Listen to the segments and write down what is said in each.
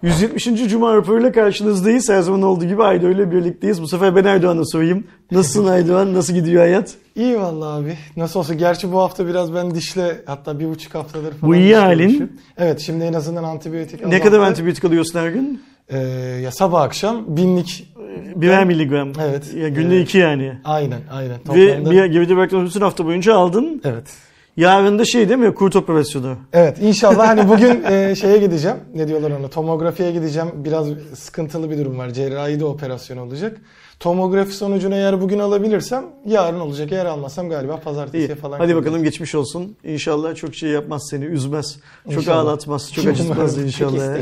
170. Cuma raporuyla karşınızdayız. Her zaman olduğu gibi Aydo ile birlikteyiz. Bu sefer ben Aydoğan'a sorayım. Nasılsın Aydoğan? Nasıl gidiyor hayat? İyi vallahi abi. Nasıl olsa. Gerçi bu hafta biraz ben dişle, hatta 1,5 haftadır falan. Bu iyi halin. Evet, şimdi en azından antibiyotik Ne kadar antibiyotik alıyorsun her gün? Ya sabah akşam 1000'lik. Birer miligram. Evet. Ya günde 2 yani. Aynen. Toplamda... Ve geride bıraktığımız bütün hafta boyunca aldın. Evet. Yarın da değil mi? Kurt operasyonu. Evet, inşallah hani bugün şeye gideceğim. Ne diyorlar ona? Tomografiye gideceğim. Biraz sıkıntılı bir durum var. Cerrahi de operasyon olacak. Tomografi sonucunu eğer bugün alabilirsem yarın olacak. Eğer almazsam galiba pazartesiye falan. Hadi bakalım, geçmiş olsun. İnşallah çok şey yapmaz seni, üzmez. İnşallah. Çok ağlatmaz, çok acıtmaz inşallah.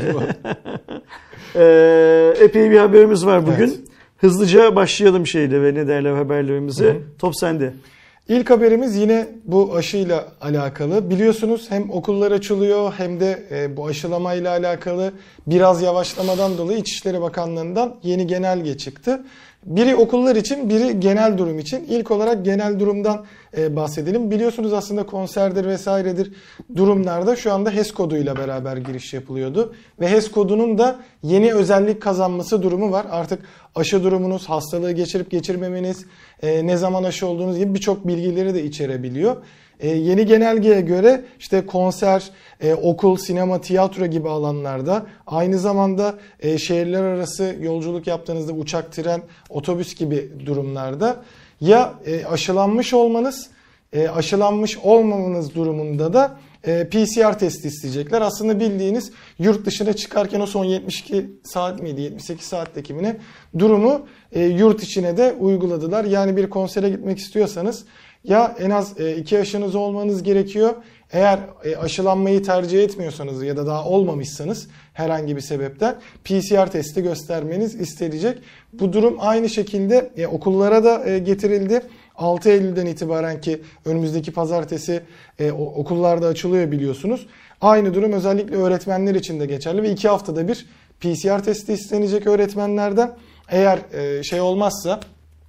Epey bir haberimiz var bugün. Evet. Hızlıca başlayalım ve ne derler haberlerimize. Hı-hı. Top sende. İlk haberimiz yine bu aşıyla alakalı. Biliyorsunuz hem okullar açılıyor hem de bu aşılamayla alakalı biraz yavaşlamadan dolayı İçişleri Bakanlığı'ndan yeni genelge çıktı. Biri okullar için, biri genel durum için. İlk olarak genel durumdan bahsedelim. Biliyorsunuz aslında konserdir vesairedir durumlarda şu anda HES koduyla beraber giriş yapılıyordu. Ve HES kodunun da yeni özellik kazanması durumu var. Artık aşı durumunuz, hastalığı geçirip geçirmemeniz, ne zaman aşı olduğunuz gibi birçok bilgileri de içerebiliyor. Yeni genelgeye göre işte konser, okul, sinema, tiyatro gibi alanlarda, aynı zamanda şehirler arası yolculuk yaptığınızda uçak, tren, otobüs gibi durumlarda ya aşılanmış olmanız, aşılanmış olmamanız durumunda da PCR testi isteyecekler. Aslında bildiğiniz yurt dışına çıkarken o son 72 saat miydi, 78 saatteki mi ne durumu yurt içine de uyguladılar. Yani bir konsere gitmek istiyorsanız ya en az 2 aşınız olmanız gerekiyor. Eğer aşılanmayı tercih etmiyorsanız ya da daha olmamışsanız herhangi bir sebepten PCR testi göstermeniz istenecek. Bu durum aynı şekilde okullara da getirildi. 6 Eylül'den itibaren ki önümüzdeki pazartesi okullarda açılıyor biliyorsunuz. Aynı durum özellikle öğretmenler için de geçerli ve 2 haftada bir PCR testi istenecek öğretmenlerden. Eğer olmazsa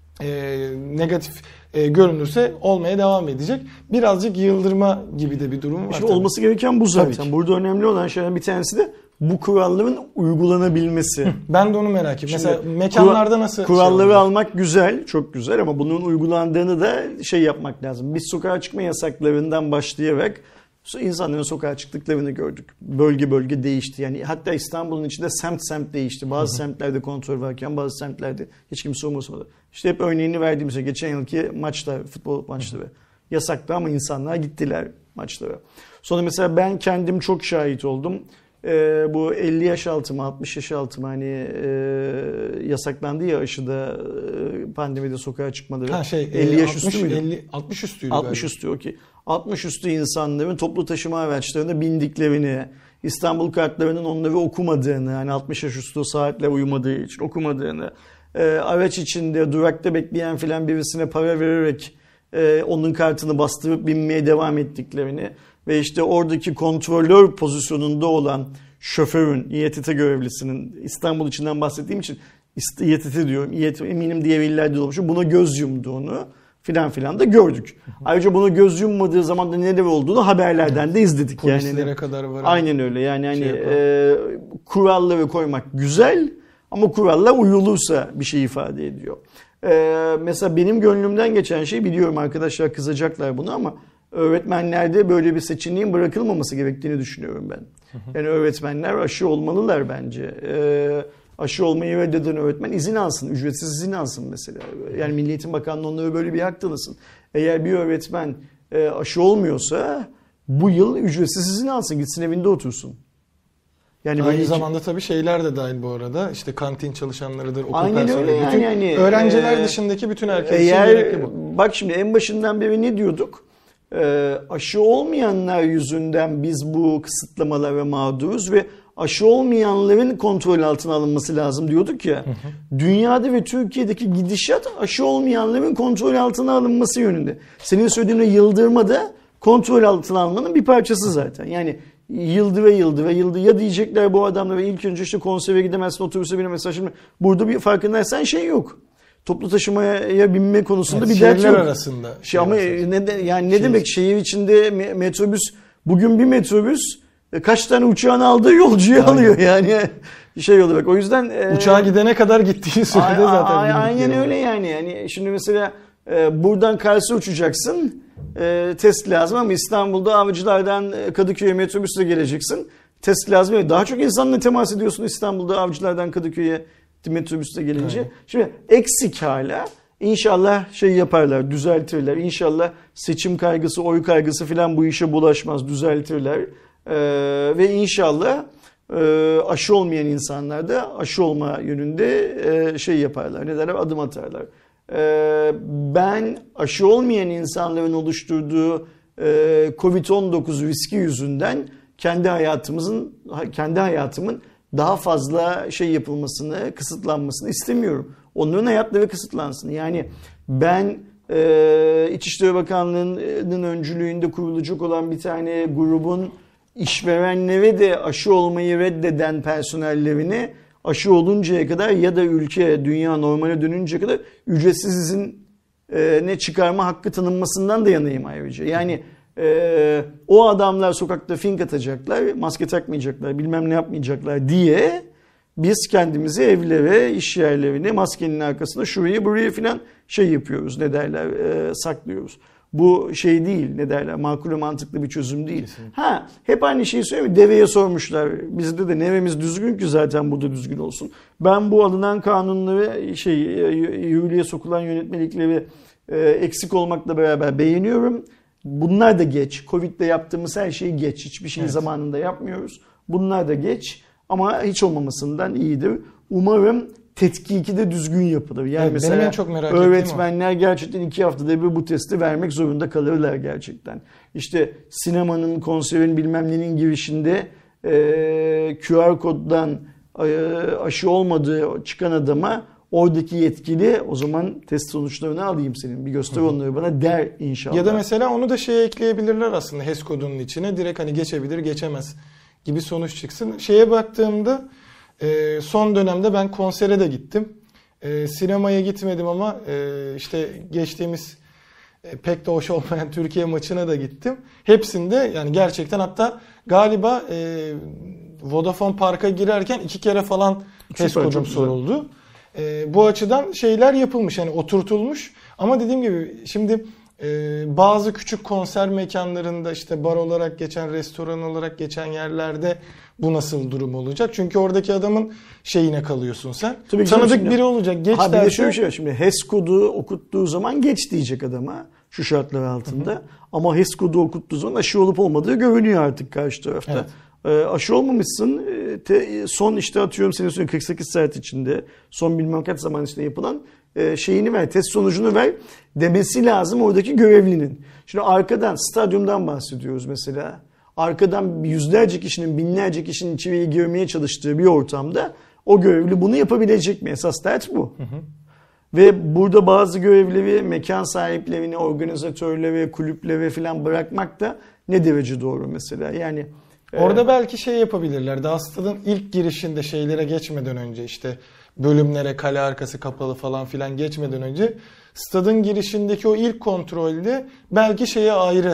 negatif görünürse olmaya devam edecek. Birazcık yıldırma gibi de bir durum var. İşte olması gereken bu zaten. Burada önemli olan şeylerden bir tanesi de bu kuralların uygulanabilmesi. Ben de onu merak ediyorum. Mesela mekanlarda nasıl kuralları almak güzel, çok güzel ama bunun uygulandığını da yapmak lazım. Biz sokağa çıkma yasaklarından başlayarak insanların sokağa çıktıklarını gördük. Bölge bölge değişti. Yani hatta İstanbul'un içinde semt değişti. Bazı semtlerde kontrol varken bazı semtlerde hiç kimse umursamadı. İşte hep örneğini verdiğimiz geçen yılki maçlar, futbol maçları yasaktı ama insanlar gittiler maçlara. Sonra mesela ben kendim çok şahit oldum. Bu 50 yaş altı mı 60 yaş altı mı yasaklandı ya aşıda pandemide sokağa çıkmaları. 50 yaş üstü müydü? 60 üstüydü 60 üstü okey. 60 üstü insanların toplu taşıma araçlarına bindiklerini, İstanbul kartlarının onları okumadığını, yani 60 yaş üstü saatler uyumadığı için okumadığını, araç içinde durakta bekleyen filan birisine para vererek onun kartını bastırıp binmeye devam ettiklerini ve işte oradaki kontrolör pozisyonunda olan şoförün, İETT görevlisinin, İstanbul içinden bahsettiğim için İETT diyorum, eminim diğer illerde de olmuş, buna göz yumduğunu filan da gördük. Ayrıca buna göz yummadığı zaman da neler olduğunu haberlerden de izledik. Polislere kadar var. Aynen öyle. Yani kuralları koymak güzel ama kurallar uyulursa bir şey ifade ediyor. Mesela benim gönlümden geçen şey, biliyorum arkadaşlar kızacaklar bunu ama öğretmenlerde böyle bir seçeneğin bırakılmaması gerektiğini düşünüyorum ben. Yani öğretmenler aşı olmalılar bence. Aşı olmayı reddeden öğretmen izin alsın, ücretsiz izin alsın mesela. Yani Milli Eğitim Bakanlığı onlara böyle bir hak tanısın. Eğer bir öğretmen aşı olmuyorsa bu yıl ücretsiz izin alsın, gitsin evinde otursun. Yani aynı zamanda tabii şeyler de dahil bu arada. İşte kantin çalışanlarıdır, okul aynen personeli. Öyle yani. Öğrenciler dışındaki bütün herkes için gerekli bu. Bak şimdi en başından beri ne diyorduk? Aşı olmayanlar yüzünden biz bu kısıtlamalara mağduruz ve aşı olmayanların kontrol altına alınması lazım diyorduk ya. Dünyada ve Türkiye'deki gidişat aşı olmayanların kontrol altına alınması yönünde. Senin söylediğin yıldırma da kontrol altına almanın bir parçası zaten. Yani yıldı ya diyecekler bu adamlar ve ilk önce işte konsere gidemezsin, otobüse binemezsin. Şimdi burada bir farkındaysan yok. Toplu taşımaya binme konusunda bir dert yok. Arasında. Ama ne demek şehir içinde metrobüs, bugün bir metrobüs kaç tane uçağın aldığı yolcuyu alıyor yani. Şey oluyor bak. O yüzden uçağa gidene kadar gittiği sürede zaten. Aynen öyle yani. Yani şimdi mesela buradan Kars'a uçacaksın. Test lazım ama İstanbul'da Avcılar'dan Kadıköy'e metrobüsle geleceksin. Test lazım. Daha çok insanla temas ediyorsun İstanbul'da Avcılar'dan Kadıköy'e metrobüsle gelince. Evet. Şimdi eksik hala. İnşallah şey yaparlar, düzeltirler. İnşallah seçim kaygısı, oy kaygısı falan bu işe bulaşmaz, düzeltirler. Ve inşallah aşı olmayan insanlar da aşı olma yönünde şey yaparlar. Ne derler? Adım atarlar. Ben aşı olmayan insanların oluşturduğu Covid-19 riski yüzünden kendi hayatımın daha fazla şey yapılmasını, kısıtlanmasını istemiyorum. Onların hayatları kısıtlansın. Yani ben İçişleri Bakanlığı'nın öncülüğünde kurulacak olan bir tane grubun işverenlere de aşı olmayı reddeden personellerini aşı oluncaya kadar ya da ülke, dünya normale dönünceye kadar ücretsiz izin ne çıkarma hakkı tanınmasından da yanayım ayrıca. Yani o adamlar sokakta fink atacaklar, maske takmayacaklar, bilmem ne yapmayacaklar diye biz kendimizi evlere, iş yerlerine, maskenin arkasına şuraya buraya filan şey yapıyoruz, ne derler, saklıyoruz. Bu şey değil, ne derler, makul ve mantıklı bir çözüm değil. Kesinlikle. Hep aynı şeyi söylüyorum. Deveye sormuşlar. Bizde de nevemiz düzgün ki zaten burada düzgün olsun. Ben bu alınan kanunları, yürürlüğe sokulan yönetmelikleri eksik olmakla beraber beğeniyorum. Bunlar da geç. Covid'de yaptığımız her şey geç. Hiçbir şeyi zamanında yapmıyoruz. Bunlar da geç. Ama hiç olmamasından iyidir. Umarım tetkiki de düzgün yapılır. Yani evet, mesela en çok merak öğretmenler gerçekten 2 haftada bir bu testi vermek zorunda kalırlar gerçekten. İşte sinemanın, konserin bilmem nenin girişinde QR koddan aşı olmadığı çıkan adama oradaki yetkili o zaman test sonuçlarını alayım senin. Bir göster onları bana der inşallah. Ya da mesela onu da şeye ekleyebilirler aslında HES kodunun içine. Direkt hani geçebilir geçemez gibi sonuç çıksın. Şeye baktığımda son dönemde ben konsere de gittim. Sinemaya gitmedim ama işte geçtiğimiz pek de hoş olmayan Türkiye maçına da gittim. Hepsinde yani gerçekten hatta galiba Vodafone Park'a girerken 2 kere falan HES kodum soruldu. Bu açıdan şeyler yapılmış, yani oturtulmuş. Ama dediğim gibi şimdi bazı küçük konser mekanlarında, işte bar olarak geçen, restoran olarak geçen yerlerde bu nasıl durum olacak? Çünkü oradaki adamın şeyine kalıyorsun sen. Tabii tanıdık şimdi, biri olacak. Geç derse. Bir de şöyle bir şey var. Şimdi HES kodu okuttuğu zaman geç diyecek adama şu şartlar altında. Hı-hı. Ama HES kodu okuttuğu zaman aşı olup olmadığı görünüyor artık karşı tarafta. Evet. Aşı olmamışsın, son işte atıyorum senin söylediğin 48 saat içinde, son bilmem kaç zaman içinde yapılan şeyini ver, test sonucunu ver demesi lazım oradaki görevlinin. Şimdi arkadan, stadyumdan bahsediyoruz mesela. Arkadan yüzlerce kişinin, binlerce kişinin içeriye girmeye çalıştığı bir ortamda o görevli bunu yapabilecek mi? Esas dert bu. Hı hı. Ve burada bazı görevleri mekan sahiplerini, organizatörleri, kulüpleri falan bırakmak da ne derece doğru mesela? Yani orada belki şey yapabilirler. Daha stadın ilk girişinde şeylere geçmeden önce, işte bölümlere, kale arkası kapalı falan filan geçmeden önce stadın girişindeki o ilk kontrolde belki şeye ayrı,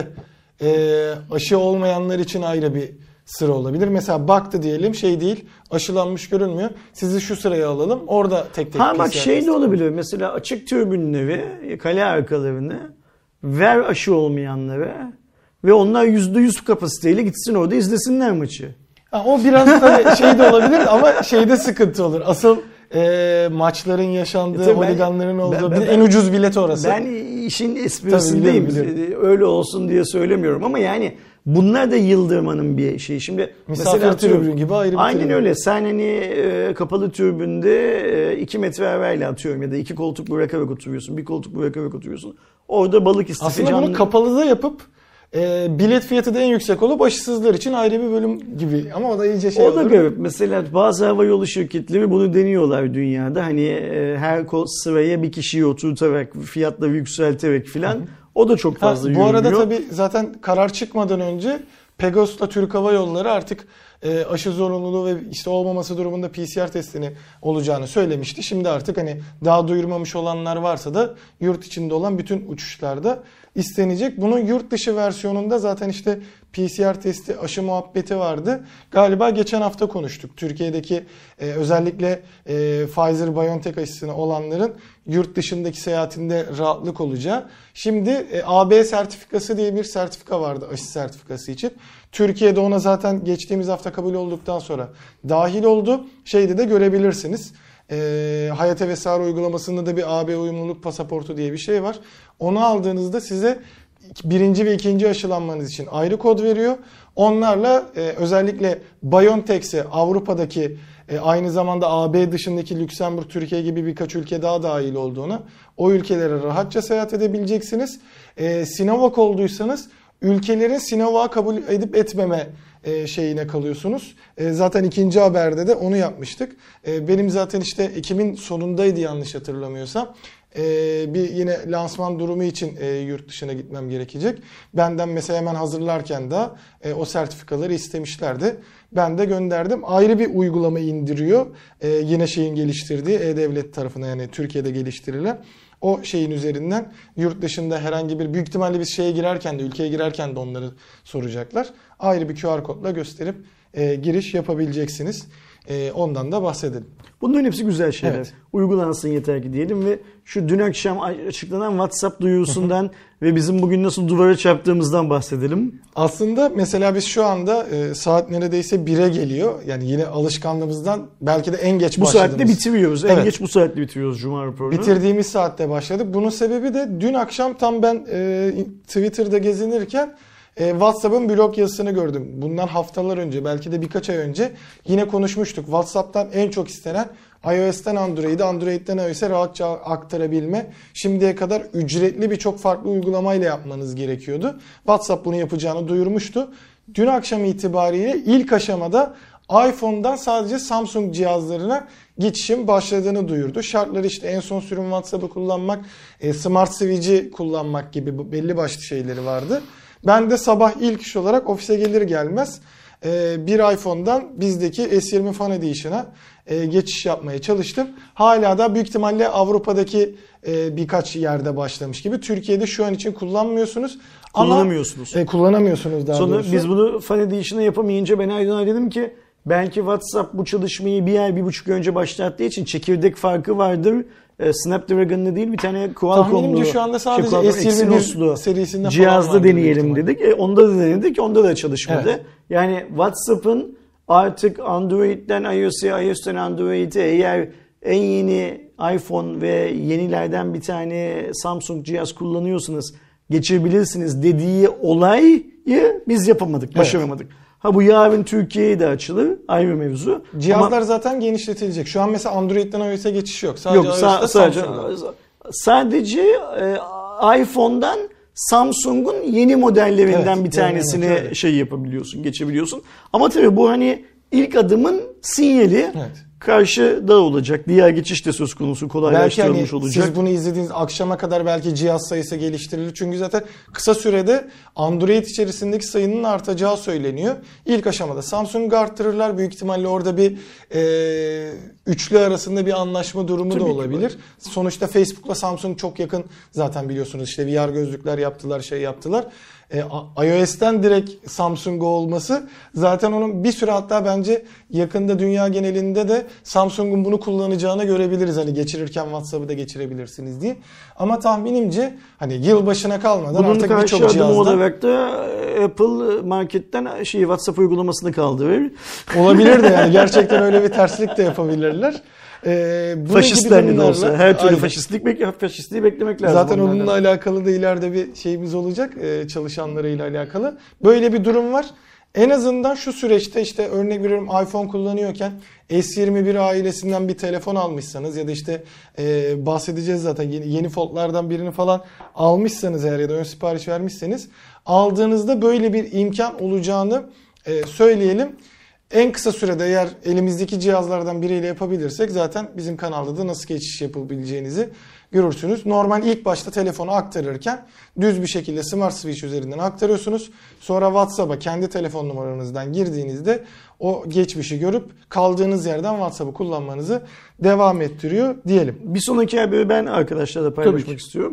aşı olmayanlar için ayrı bir sıra olabilir. Mesela baktı diyelim, şey değil, aşılanmış görünmüyor. Sizi şu sıraya alalım. Orada tek tek bak şey de olabilir. Mesela açık tribünleri, kale arkalarını ver aşı olmayanlara ve onlar %100 kapasiteyle gitsin orada izlesinler maçı. O biraz da şey de olabilir ama şeyde sıkıntı olur. Asıl maçların yaşandığı, holiganların olduğu en ucuz bilet orası. Ben işin esprisindeyim. Öyle olsun diye söylemiyorum ama yani bunlar da yıldırmanın bir şeyi. Şimdi misafir tribün gibi ayrı bir aynen tribün. Öyle. Sen hani kapalı tribünde 2 metre evvel atıyorum ya da 2 koltuk bırakarak oturuyorsun. Bir koltuk bırakarak oturuyorsun. Orada balık istifi aslında canlı. Bunu kapalıda yapıp bilet fiyatı da en yüksek olup aşısızlar için ayrı bir bölüm gibi. Ama o da iyice şey olur. O da garip. Mesela bazı havayolu şirketleri bunu deniyorlar dünyada. Hani her sıraya bir kişiyi oturtarak, fiyatları yükselterek filan. O da çok fazla yürümüyor. Bu arada tabii zaten karar çıkmadan önce Pegasus'la Türk Hava Yolları artık aşı zorunluluğu ve işte olmaması durumunda PCR testini olacağını söylemişti. Şimdi artık hani daha duyurmamış olanlar varsa da yurt içinde olan bütün uçuşlarda istenecek. Bunun yurt dışı versiyonunda zaten işte PCR testi, aşı muhabbeti vardı. Galiba geçen hafta konuştuk. Türkiye'deki özellikle Pfizer-BioNTech aşısına olanların yurt dışındaki seyahatinde rahatlık olacağı. Şimdi AB sertifikası diye bir sertifika vardı aşı sertifikası için. Türkiye'de ona zaten geçtiğimiz hafta kabul olduktan sonra dahil oldu. Şeyde de görebilirsiniz. Hayate Vesare uygulamasında da bir AB uyumluluk pasaportu diye bir şey var. Onu aldığınızda size birinci ve ikinci aşılanmanız için ayrı kod veriyor. Onlarla özellikle BioNTech'e Avrupa'daki aynı zamanda AB dışındaki Lüksemburg, Türkiye gibi birkaç ülke daha dahil olduğunu, o ülkelere rahatça seyahat edebileceksiniz. Sinovac olduysanız ülkelerin Sinovac'ı kabul edip etmeme şeyine kalıyorsunuz. Zaten ikinci haberde de onu yapmıştık. Benim zaten işte Ekim'in sonundaydı yanlış hatırlamıyorsam. Bir yine lansman durumu için yurt dışına gitmem gerekecek. Benden mesela hemen hazırlarken de o sertifikaları istemişlerdi. Ben de gönderdim. Ayrı bir uygulama indiriyor. Yine şeyin geliştirdiği E-Devlet tarafına, yani Türkiye'de geliştirilen. O şeyin üzerinden yurt dışında herhangi bir, büyük ihtimalle biz şeye girerken de, ülkeye girerken de onları soracaklar. Ayrı bir QR kodla gösterip giriş yapabileceksiniz. Ondan da bahsedelim. Bunların hepsi güzel şeyler. Evet. Uygulansın yeter ki diyelim ve şu dün akşam açıklanan WhatsApp duyurusundan ve bizim bugün nasıl duvara çarptığımızdan bahsedelim. Aslında mesela biz şu anda saat neredeyse 1'e geliyor. Yani yine alışkanlığımızdan belki de en geç bu başladığımız. saatte bitiriyoruz. En Evet. geç bu saatte bitiriyoruz Cuma raporunu. Bitirdiğimiz saatte başladık. Bunun sebebi de dün akşam tam ben Twitter'da gezinirken WhatsApp'ın blog yazısını gördüm. Bundan haftalar önce, belki de birkaç ay önce yine konuşmuştuk. WhatsApp'tan en çok istenen iOS'ten Android'e, Android'den iOS'e rahatça aktarabilme. Şimdiye kadar ücretli birçok farklı uygulamayla yapmanız gerekiyordu. WhatsApp bunu yapacağını duyurmuştu. Dün akşam itibariyle ilk aşamada iPhone'dan sadece Samsung cihazlarına geçişin başladığını duyurdu. Şartları işte en son sürüm WhatsApp'ı kullanmak, Smart Switch'i kullanmak gibi belli başlı şeyleri vardı. Ben de sabah ilk iş olarak ofise gelir gelmez bir iPhone'dan bizdeki S20 Fan Edition'a geçiş yapmaya çalıştım. Hala da büyük ihtimalle Avrupa'daki birkaç yerde başlamış gibi. Türkiye'de şu an için kullanmıyorsunuz. Kullanamıyorsunuz. Kullanamıyorsunuz daha Sonra doğrusu. biz bunu Fan Edition'a yapamayınca ben Aydın'a dedim ki belki WhatsApp bu çalışmayı bir ay, 1,5 önce başlattığı için çekirdek farkı vardır. Snapdragon'lı değil, bir tane Qualcomm'lu, tahminimce şu anda sadece S21 serisinde cihazda deneyelim dedik. Onda da denedik. Onda da çalışmadı. Evet. Yani WhatsApp'ın artık Android'den iOS'e, iOS'ten Android'e eğer en yeni iPhone ve yenilerden bir tane Samsung cihaz kullanıyorsanız geçebilirsiniz dediği olayı biz yapamadık, başaramadık. Ha bu yarın Türkiye'ye de açılır, ayrı mevzu. Cihazlar ama zaten genişletilecek. Şu an mesela Android'den iOS'e geçiş yok. Sadece sadece iPhone'dan Samsung'un yeni modellerinden bir tanesini şey yapabiliyorsun, geçebiliyorsun. Ama tabii bu hani ilk adımın sinyali. Evet. Karşıda olacak. Diğer geçiş de söz konusu, kolaylaştırılmış belki hani olacak. Siz bunu izlediğiniz akşama kadar belki cihaz sayısı geliştirilir. Çünkü zaten kısa sürede Android içerisindeki sayının artacağı söyleniyor. İlk aşamada Samsung'u arttırırlar. Büyük ihtimalle orada bir üçlü arasında bir anlaşma durumu Tabii da ki olabilir. Sonuçta Facebook'la Samsung çok yakın zaten biliyorsunuz. İşte VR gözlükler yaptılar, şey yaptılar. iOS'ten direkt Samsung'a olması zaten onun bir süre, hatta bence yakında dünya genelinde de Samsung'un bunu kullanacağını görebiliriz. Hani geçirirken WhatsApp'ı da geçirebilirsiniz diye. Ama tahminimce hani yılbaşına kalmadan bunun artık karşı birçok adım cihazda olarak da Apple marketten WhatsApp uygulamasını kaldırır. olabilir de yani gerçekten öyle bir terslik de yapabilirler. Faşistler de olsa her türlü Aynen. faşistliği beklemek lazım. Zaten onlardan. onunla alakalı da ileride bir şeyimiz olacak, çalışanlarıyla alakalı. Böyle bir durum var. En azından şu süreçte işte örnek veriyorum iPhone kullanıyorken S21 ailesinden bir telefon almışsanız ya da işte bahsedeceğiz zaten yeni Fold'lardan birini falan almışsanız eğer ya da ön sipariş vermişseniz aldığınızda böyle bir imkan olacağını söyleyelim. En kısa sürede eğer elimizdeki cihazlardan biriyle yapabilirsek zaten bizim kanalda da nasıl geçiş yapabileceğinizi görürsünüz. Normal ilk başta telefonu aktarırken düz bir şekilde Smart Switch üzerinden aktarıyorsunuz. Sonra WhatsApp'a kendi telefon numaranızdan girdiğinizde o geçmişi görüp kaldığınız yerden WhatsApp'ı kullanmanızı devam ettiriyor diyelim. Bir sonraki haberi ben arkadaşlarla paylaşmak istiyorum.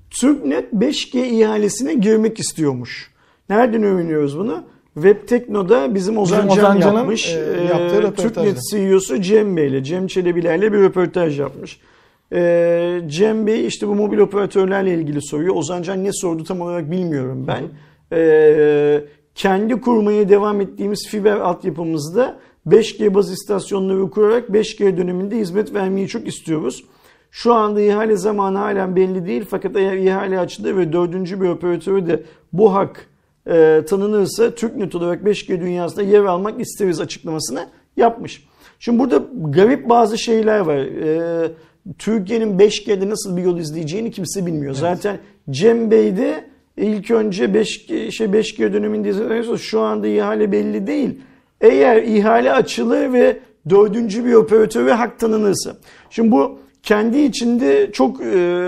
Türknet 5G ihalesine girmek istiyormuş. Nereden öğreniyoruz bunu? Web Tekno'da bizim Ozan Can yapmış. Yaptığı röportajda. Türknet CEO'su Cem Bey'le, Cem Çelebiler'le bir röportaj yapmış. Cem Bey işte bu mobil operatörlerle ilgili soruyor. Ozan Can ne sordu tam olarak bilmiyorum ben. Kendi kurmaya devam ettiğimiz fiber altyapımızda 5G baz istasyonları kurarak 5G döneminde hizmet vermeyi çok istiyoruz. Şu anda ihale zamanı halen belli değil fakat eğer ihale açılır ve dördüncü bir operatörü de bu hak tanınırsa Türknet olarak 5G dünyasında yer almak isteriz açıklamasını yapmış. Şimdi burada garip bazı şeyler var. Türkiye'nin 5G'de nasıl bir yol izleyeceğini kimse bilmiyor. Evet. Zaten Cem Bey de ilk önce 5G döneminde izleniyorsa şu anda ihale belli değil. Eğer ihale açılır ve dördüncü bir operatöre hak tanınırsa. Şimdi bu kendi içinde çok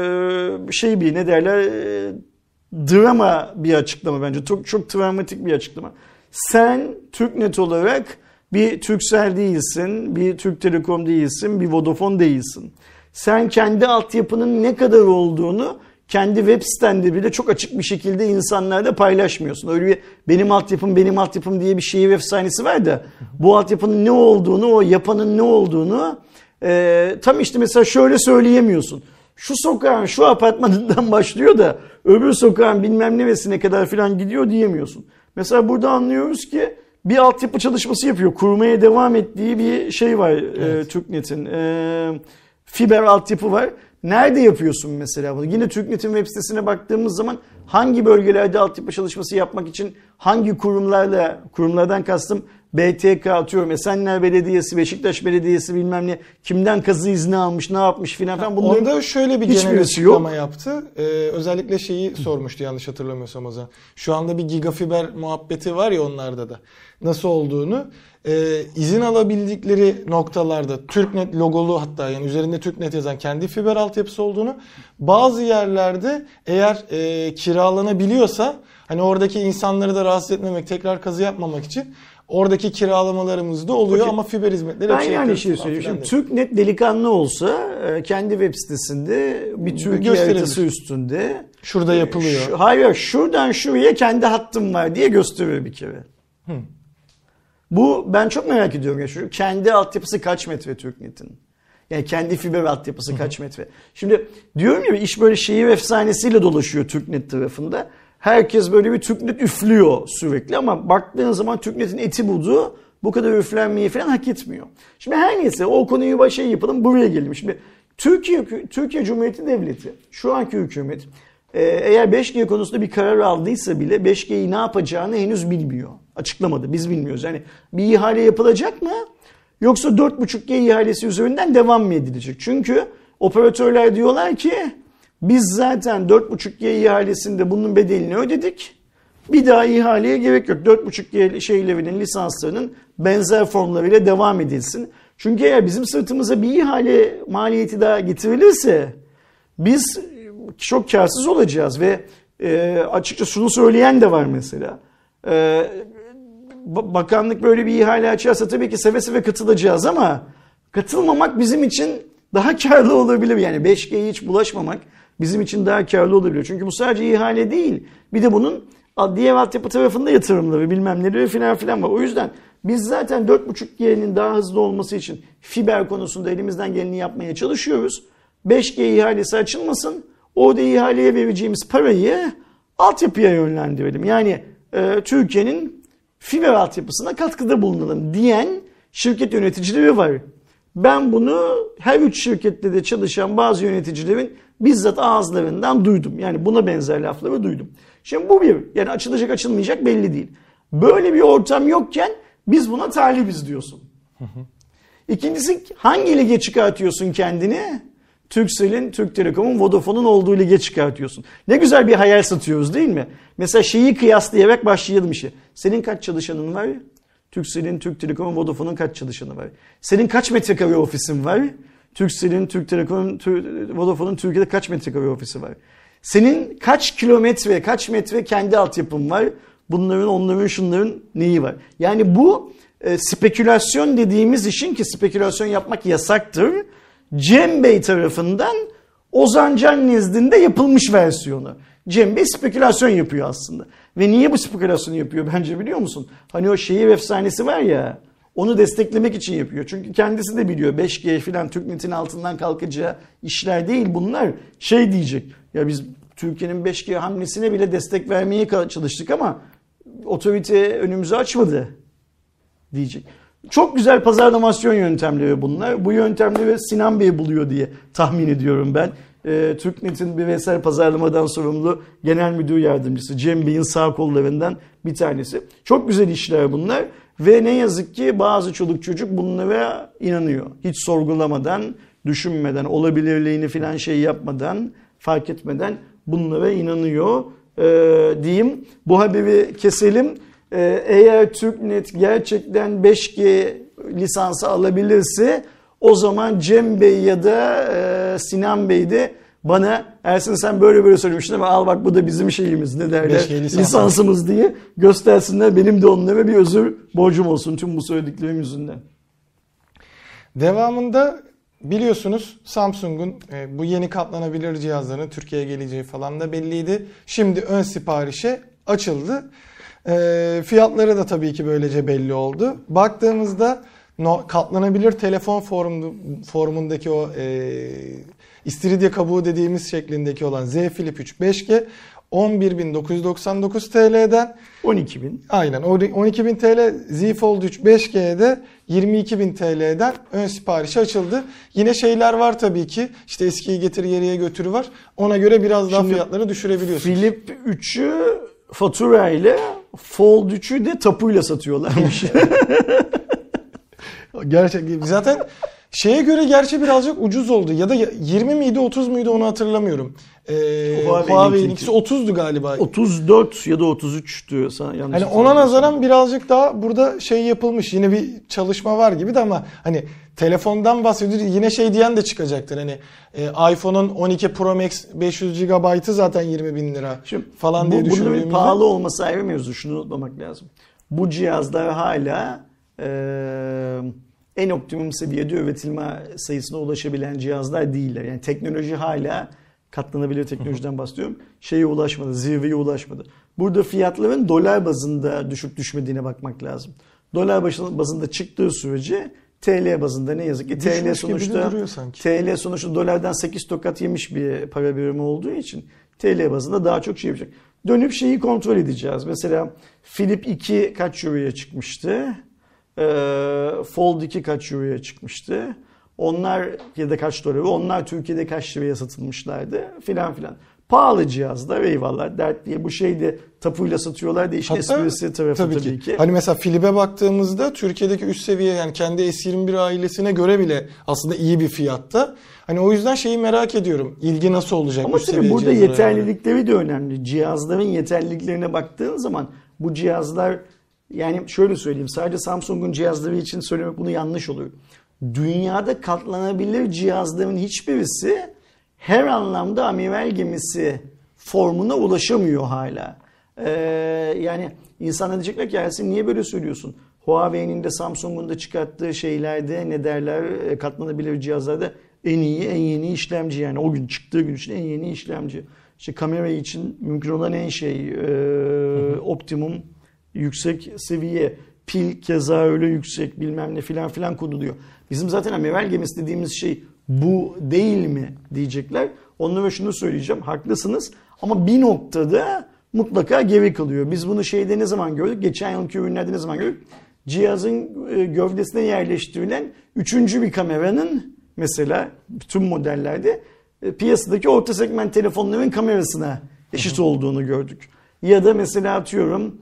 drama bir açıklama bence. Çok travmatik bir açıklama. Sen Türknet olarak bir Turkcell değilsin, bir Türk Telekom değilsin, bir Vodafone değilsin. Sen kendi altyapının ne kadar olduğunu kendi web sitende bile çok açık bir şekilde insanlarla paylaşmıyorsun. Öyle bir benim altyapım diye bir şehir efsanesi var da bu altyapının ne olduğunu, o yapanın ne olduğunu tam işte mesela şöyle söyleyemiyorsun. Şu sokağın şu apartmanından başlıyor da öbür sokağın bilmem nevesine kadar falan gidiyor diyemiyorsun. Mesela burada anlıyoruz ki bir altyapı çalışması yapıyor. Kurmaya devam ettiği bir şey var evet. Türknet'in. Fiber altyapı var. Nerede yapıyorsun mesela bunu? Yine Türknet'in web sitesine baktığımız zaman hangi bölgelerde altyapı çalışması yapmak için hangi kurumlardan kastım BTK atıyorum Esenler Belediyesi, Beşiktaş Belediyesi bilmem ne kimden kazı izni almış ne yapmış filan. Onda şöyle bir genel açıklama yaptı. Özellikle şeyi sormuştu yanlış hatırlamıyorsam o zaman. Şu anda bir gigafiber muhabbeti var ya onlarda da. Nasıl olduğunu. İzin alabildikleri noktalarda Türknet logolu hatta yani üzerinde Türknet yazan kendi fiber altyapısı olduğunu bazı yerlerde eğer kiralanabiliyorsa hani oradaki insanları da rahatsız etmemek tekrar kazı yapmamak için oradaki kiralamalarımız da oluyor ama fiber hizmetleri ben yani şey söyleyeyim. Şimdi Türknet delikanlı olsa kendi web sitesinde bir Türkiye haritası üstünde şurada yapılıyor. Hayır şuradan şuraya kendi hattım var diye gösteriyor bir kere. Bu ben çok merak ediyorum ya şu kendi altyapısı kaç metre Türknet'in? Yani kendi fiber altyapısı kaç metre? Şimdi diyorum ya iş böyle şehir efsanesiyle dolaşıyor Türknet tarafında. Herkes böyle bir Türknet üflüyor sürekli ama baktığın zaman Türknet'in eti budu bu kadar üflenmeyi falan hak etmiyor. Şimdi her neyse o konuyu başa yapalım buraya gelelim. Şimdi Türkiye Cumhuriyeti Devleti şu anki hükümet eğer 5G konusunda bir karar aldıysa bile 5G'yi ne yapacağını henüz bilmiyor. Açıklamadı. Biz bilmiyoruz. Yani bir ihale yapılacak mı? Yoksa 4.5G ihalesi üzerinden devam mı edilecek? Çünkü operatörler diyorlar ki biz zaten 4.5G ihalesinde bunun bedelini ödedik. Bir daha ihaleye gerek yok. 4.5G şeylerinin lisanslarının benzer formlarıyla devam edilsin. Çünkü eğer bizim sırtımıza bir ihale maliyeti daha getirilirse biz çok kârsız olacağız ve açıkça şunu söyleyen de var mesela. Bakanlık böyle bir ihale açarsa tabii ki seve seve katılacağız ama katılmamak bizim için daha karlı olabilir. Yani 5G'ye hiç bulaşmamak bizim için daha karlı olabilir. Çünkü bu sadece ihale değil. Bir de bunun diğer altyapı tarafında yatırımları bilmem neleri filan var. O yüzden biz zaten 4.5G'nin daha hızlı olması için fiber konusunda elimizden geleni yapmaya çalışıyoruz. 5G ihalesi açılmasın. Orada ihaleye vereceğimiz parayı altyapıya yönlendirelim. Yani Türkiye'nin fiber altyapısına katkıda bulunalım diyen şirket yöneticileri var. Ben bunu her üç şirkette de çalışan bazı yöneticilerin bizzat ağızlarından duydum. Yani buna benzer lafları duydum. Şimdi bu bir. Yani açılacak açılmayacak belli değil. Böyle bir ortam yokken biz buna talibiz diyorsun. İkincisi hangi lige çıkartıyorsun kendini? Turkcell'in, Türk Telekom'un, Vodafone'un olduğu lige çıkartıyorsun. Ne güzel bir hayal satıyoruz değil mi? Mesela şeyi kıyaslayarak başlayalım işe. Senin kaç çalışanın var? Turkcell'in, Türk Telekom'un, Vodafone'un kaç çalışanı var? Senin kaç metrekare ofisin var? Turkcell'in, Türk Telekom'un, Vodafone'un Türkiye'de kaç metrekare ofisi var? Senin kaç kilometre, kaç metre kendi altyapın var? Bunların, onların, şunların neyi var? Yani bu spekülasyon dediğimiz işin ki spekülasyon yapmak yasaktır. Cem Bey tarafından Ozan Can nezdinde yapılmış versiyonu. Cem Bey spekülasyon yapıyor aslında. Ve niye bu spekülasyonu yapıyor bence biliyor musun? Hani o şehir efsanesi var ya, onu desteklemek için yapıyor. Çünkü kendisi de biliyor 5G filan TürkNet'in altından kalkacağı işler değil bunlar. Şey diyecek ya, biz Türkiye'nin 5G hamlesine bile destek vermeye çalıştık ama otorite önümüzü açmadı diyecek. Çok güzel pazarlamasyon yöntemleri bunlar. Bu yöntemleri Sinan Bey buluyor diye tahmin ediyorum ben. TürkNet'in bireysel pazarlamadan sorumlu genel müdür yardımcısı Cem Bey'in sağ kollarından bir tanesi. Çok güzel işler bunlar ve ne yazık ki bazı çoluk çocuk bunlara inanıyor. Hiç sorgulamadan, düşünmeden, olabilirliğini filan şey yapmadan, fark etmeden bunlara inanıyor diyeyim. Bu haberi keselim. Eğer TürkNet gerçekten 5G lisansı alabilirse o zaman Cem Bey ya da Sinan Bey de bana Ersin sen böyle söylemiştin ama al bak bu da bizim şeyimiz ne derler lisansımız diye göstersinler. Benim de onlara bir özür borcum olsun tüm bu söylediklerim yüzünden. Devamında biliyorsunuz Samsung'un bu yeni katlanabilir cihazların Türkiye'ye geleceği falan da belliydi. Şimdi ön siparişe açıldı. Fiyatları da tabii ki böylece belli oldu. Baktığımızda katlanabilir telefon formundaki o istiridye kabuğu dediğimiz şeklindeki olan Z Flip 3 5G 11.999 TL'den 12.000. Aynen 12.000 TL, Z Fold 3 5G'de 22.000 TL'den ön siparişi açıldı. Yine şeyler var tabii ki. İşte eskiyi getir geriye götürü var. Ona göre biraz daha şimdi fiyatları düşürebiliyorsunuz. Flip 3'ü fatura ile Fold 3'ü de tapuyla satıyorlarmış. Gerçekten zaten şeye göre gerçi birazcık ucuz oldu. Ya da 20 miydi 30 muydu onu hatırlamıyorum. Huawei'ninkisi 30'du galiba. 34 ya da 33'tü. Sana yanlış hani ona nazaran birazcık daha burada şey yapılmış. Yine bir çalışma var gibi de ama hani telefondan bahsediyoruz. Yine şey diyen de çıkacaktır. Hani iPhone'un 12 Pro Max 500 GB'ı zaten 20.000 lira şimdi, falan diye düşündüğümüzde. Bunun pahalı olması ayrı mevzu. Şunu unutmamak lazım. Bu cihazlar hala en optimum seviyede üretilme sayısına ulaşabilen cihazlar değiller. Yani teknoloji hala katlanabilir teknolojiden bahsediyorum. Şeye ulaşmadı, zirveye ulaşmadı. Burada fiyatların dolar bazında düşüp düşmediğine bakmak lazım. Dolar bazında çıktığı sürece TL bazında ne yazık ki TL sonuçta dolardan 8 tokat yemiş bir para birimi olduğu için TL bazında daha çok şey yapacak. Dönüp şeyi kontrol edeceğiz. Mesela Flip 2 kaç euroya çıkmıştı? Fold 2 kaç euroya çıkmıştı? Onlar ya da kaç doları? Onlar Türkiye'de kaç liraya satılmışlardı? Filan filan. Pahalı cihazlar eyvallah dert diye bu şeyde tapuyla satıyorlar da işin esprisi tarafı tabii ki. Hani mesela Flip'e baktığımızda Türkiye'deki üst seviye yani kendi S21 ailesine göre bile aslında iyi bir fiyatta. Hani o yüzden şeyi merak ediyorum. İlgi nasıl olacak? Ama tabii burada yeterlilikleri de önemli. Cihazların yeterliliklerine baktığın zaman bu cihazlar yani şöyle söyleyeyim sadece Samsung'un cihazları için söylemek bunu yanlış olur. Dünyada katlanabilir cihazların hiçbirisi her anlamda amiral gemisi formuna ulaşamıyor hala. Yani insanlar diyecekler ki Ersin niye böyle söylüyorsun? Huawei'nin de Samsung'un da çıkarttığı şeylerde ne derler katlanabilir cihazlarda en iyi en yeni işlemci yani o gün çıktığı gün için en yeni işlemci. İşte kamera için mümkün olan en şey optimum yüksek seviye pil keza öyle yüksek bilmem ne filan filan konuluyor. Bizim zaten amiral gemisi dediğimiz şey bu değil mi diyecekler. Onlara şunu söyleyeceğim. Haklısınız ama bir noktada mutlaka geri kalıyor. Biz bunu şeyde ne zaman gördük? Geçen yılki ürünlerde ne zaman gördük? Cihazın gövdesine yerleştirilen üçüncü bir kameranın mesela tüm modellerde piyasadaki orta segment telefonların kamerasına eşit olduğunu gördük. Ya da mesela atıyorum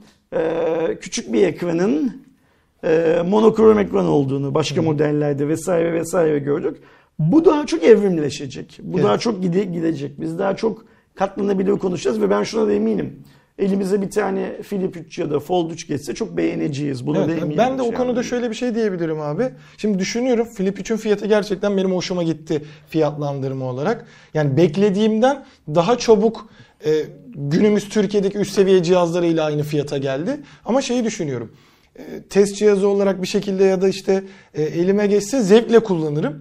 küçük bir ekranın monokrom ekran olduğunu başka modellerde vesaire vesaire gördük. Bu daha çok evrimleşecek. Bu daha çok gidecek. Biz daha çok katlanabilir konuşacağız ve ben şuna da eminim. Elimize bir tane Flip 3 ya da Fold 3 geçse çok beğeneceğiz. Buna da eminim. Ben de o konuda şöyle bir şey diyebilirim abi. Şimdi düşünüyorum Flip 3'ün fiyatı gerçekten benim hoşuma gitti fiyatlandırma olarak. Yani beklediğimden daha çabuk günümüz Türkiye'deki üst seviye cihazlarıyla aynı fiyata geldi. Ama şeyi düşünüyorum. Test cihazı olarak bir şekilde ya da işte elime geçse zevkle kullanırım.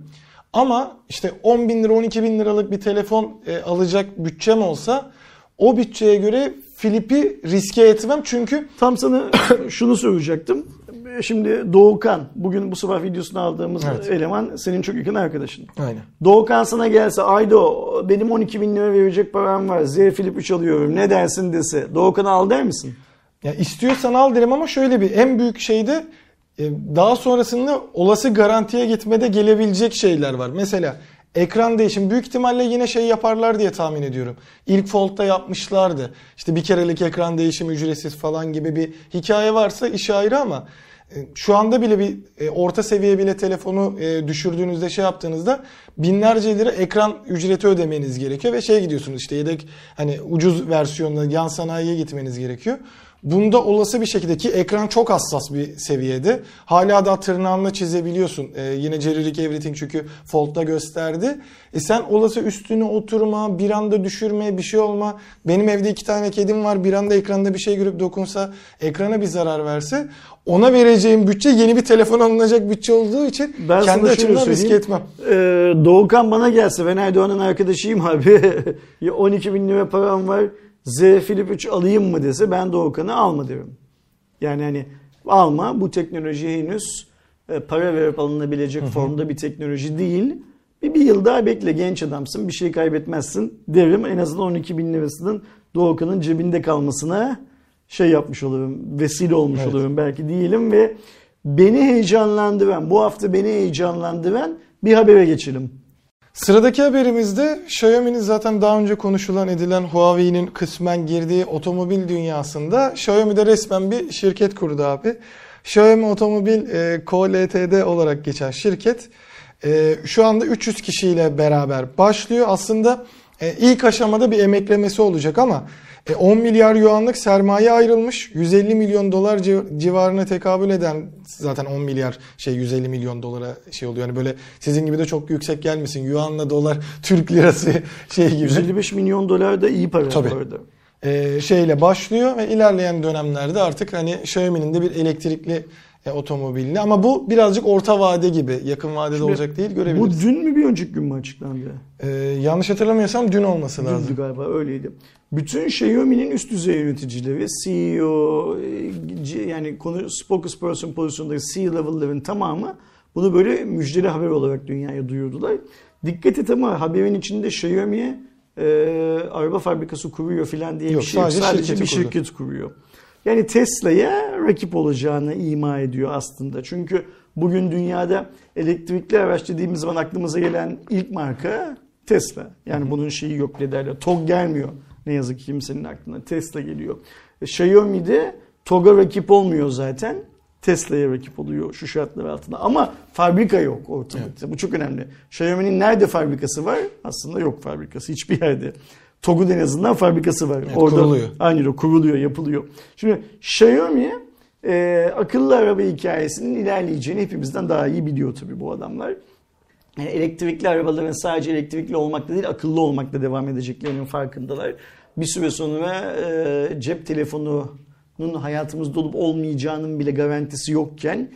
Ama işte 10 bin lira 12 bin liralık bir telefon alacak bütçem olsa o bütçeye göre Flip'i riske etmem çünkü... Tam sana şunu söyleyecektim. Şimdi Doğukan, bugün bu sabah videosunu aldığımız eleman senin çok yakın arkadaşın. Aynen. Doğukan sana gelse, Aydo benim 12 bin lira verecek param var, Z Flip 3 alıyorum, ne dersin dese, Doğukan'ı al der misin? Ya istiyorsan al derim ama şöyle bir en büyük şey de daha sonrasında olası garantiye gitmede gelebilecek şeyler var. Mesela ekran değişim büyük ihtimalle yine şey yaparlar diye tahmin ediyorum. İlk Fold'da yapmışlardı. İşte bir kerelik ekran değişimi ücretsiz falan gibi bir hikaye varsa iş ayrı ama şu anda bile bir orta seviye bile telefonu düşürdüğünüzde şey yaptığınızda binlerce lira ekran ücreti ödemeniz gerekiyor ve şeye gidiyorsunuz işte yedek hani ucuz versiyonuna yan sanayiye gitmeniz gerekiyor. Bunda olası bir şekilde ki ekran çok hassas bir seviyede. Hala da tırnağınla çizebiliyorsun. Yine Jerry Everything çünkü Fold'da gösterdi. Sen olası üstüne oturma, bir anda düşürme, bir şey olma. Benim evde 2 tane kedim var. Bir anda ekranda bir şey görüp dokunsa, ekrana bir zarar verse ona vereceğim bütçe yeni bir telefon alınacak bütçe olduğu için ben kendi açımdan risk etmem. Doğukan bana gelse, ben Aydoğan'ın arkadaşıyım abi. 12 bin lira param var. Z Flip 3 alayım mı dese ben Doğukan'ı alma derim. Yani hani alma, bu teknoloji henüz para verip alınabilecek formda bir teknoloji değil. Bir yıl daha bekle, genç adamsın, bir şey kaybetmezsin derim. En azından 12 bin lirasının Doğukan'ın cebinde kalmasına şey yapmış olurum, vesile olmuş olurum belki diyelim ve beni heyecanlandıran, bu hafta beni heyecanlandıran bir habere geçelim. Sıradaki haberimizde Xiaomi'nin zaten daha önce konuşulan edilen Huawei'nin kısmen girdiği otomobil dünyasında Xiaomi'de resmen bir şirket kurdu abi. Xiaomi Otomobil Co. Ltd olarak geçen şirket şu anda 300 kişiyle beraber başlıyor. Aslında ilk aşamada bir emeklemesi olacak ama 10 milyar yuanlık sermaye ayrılmış. 150 milyon dolar civarına tekabül eden zaten 10 milyar 150 milyon dolara şey oluyor. Yani böyle sizin gibi de çok yüksek gelmesin. Yuanla dolar Türk lirası gibi. 155 milyon dolar da iyi para bu arada. Şeyle başlıyor ve ilerleyen dönemlerde artık hani Xiaomi'nin de bir elektrikli otomobilini ama bu birazcık orta vade gibi, yakın vadede şimdi olacak değil, görebiliriz. Bu dün mü bir önceki gün mü açıklandı? Yanlış hatırlamıyorsam dün olması lazım. Dündü galiba, öyleydi. Bütün Xiaomi'nin üst düzey yöneticileri, CEO, yani spokesperson pozisyondaki C-level'ların tamamı bunu böyle müjdeli haber olarak dünyaya duyurdular. Dikkat et ama haberin içinde Xiaomi araba fabrikası kuruyor falan diye bir şey yok. Sadece bir şirket kuruyor. Yani Tesla'ya rakip olacağını ima ediyor aslında. Çünkü bugün dünyada elektrikli araç dediğimiz zaman aklımıza gelen ilk marka Tesla. Yani bunun şeyi yok, ne derler. TOG gelmiyor. Ne yazık ki kimsenin aklına Tesla geliyor. Xiaomi'de TOG'a rakip olmuyor zaten. Tesla'ya rakip oluyor şu şartlar altında. Ama fabrika yok ortada. Evet. Bu çok önemli. Xiaomi'nin nerede fabrikası var? Aslında yok fabrikası hiçbir yerde. TOG'un en azından fabrikası var. Evet, orada kuruluyor. Aynı kuruluyor, yapılıyor. Şimdi Xiaomi akıllı araba hikayesinin ilerleyeceğini hepimizden daha iyi biliyor tabii bu adamlar. Yani elektrikli arabaların sadece elektrikli olmakla değil, akıllı olmakla devam edeceklerinin farkındalar. Bir süre sonra cep telefonunun hayatımızda olup olmayacağının bile garantisi yokken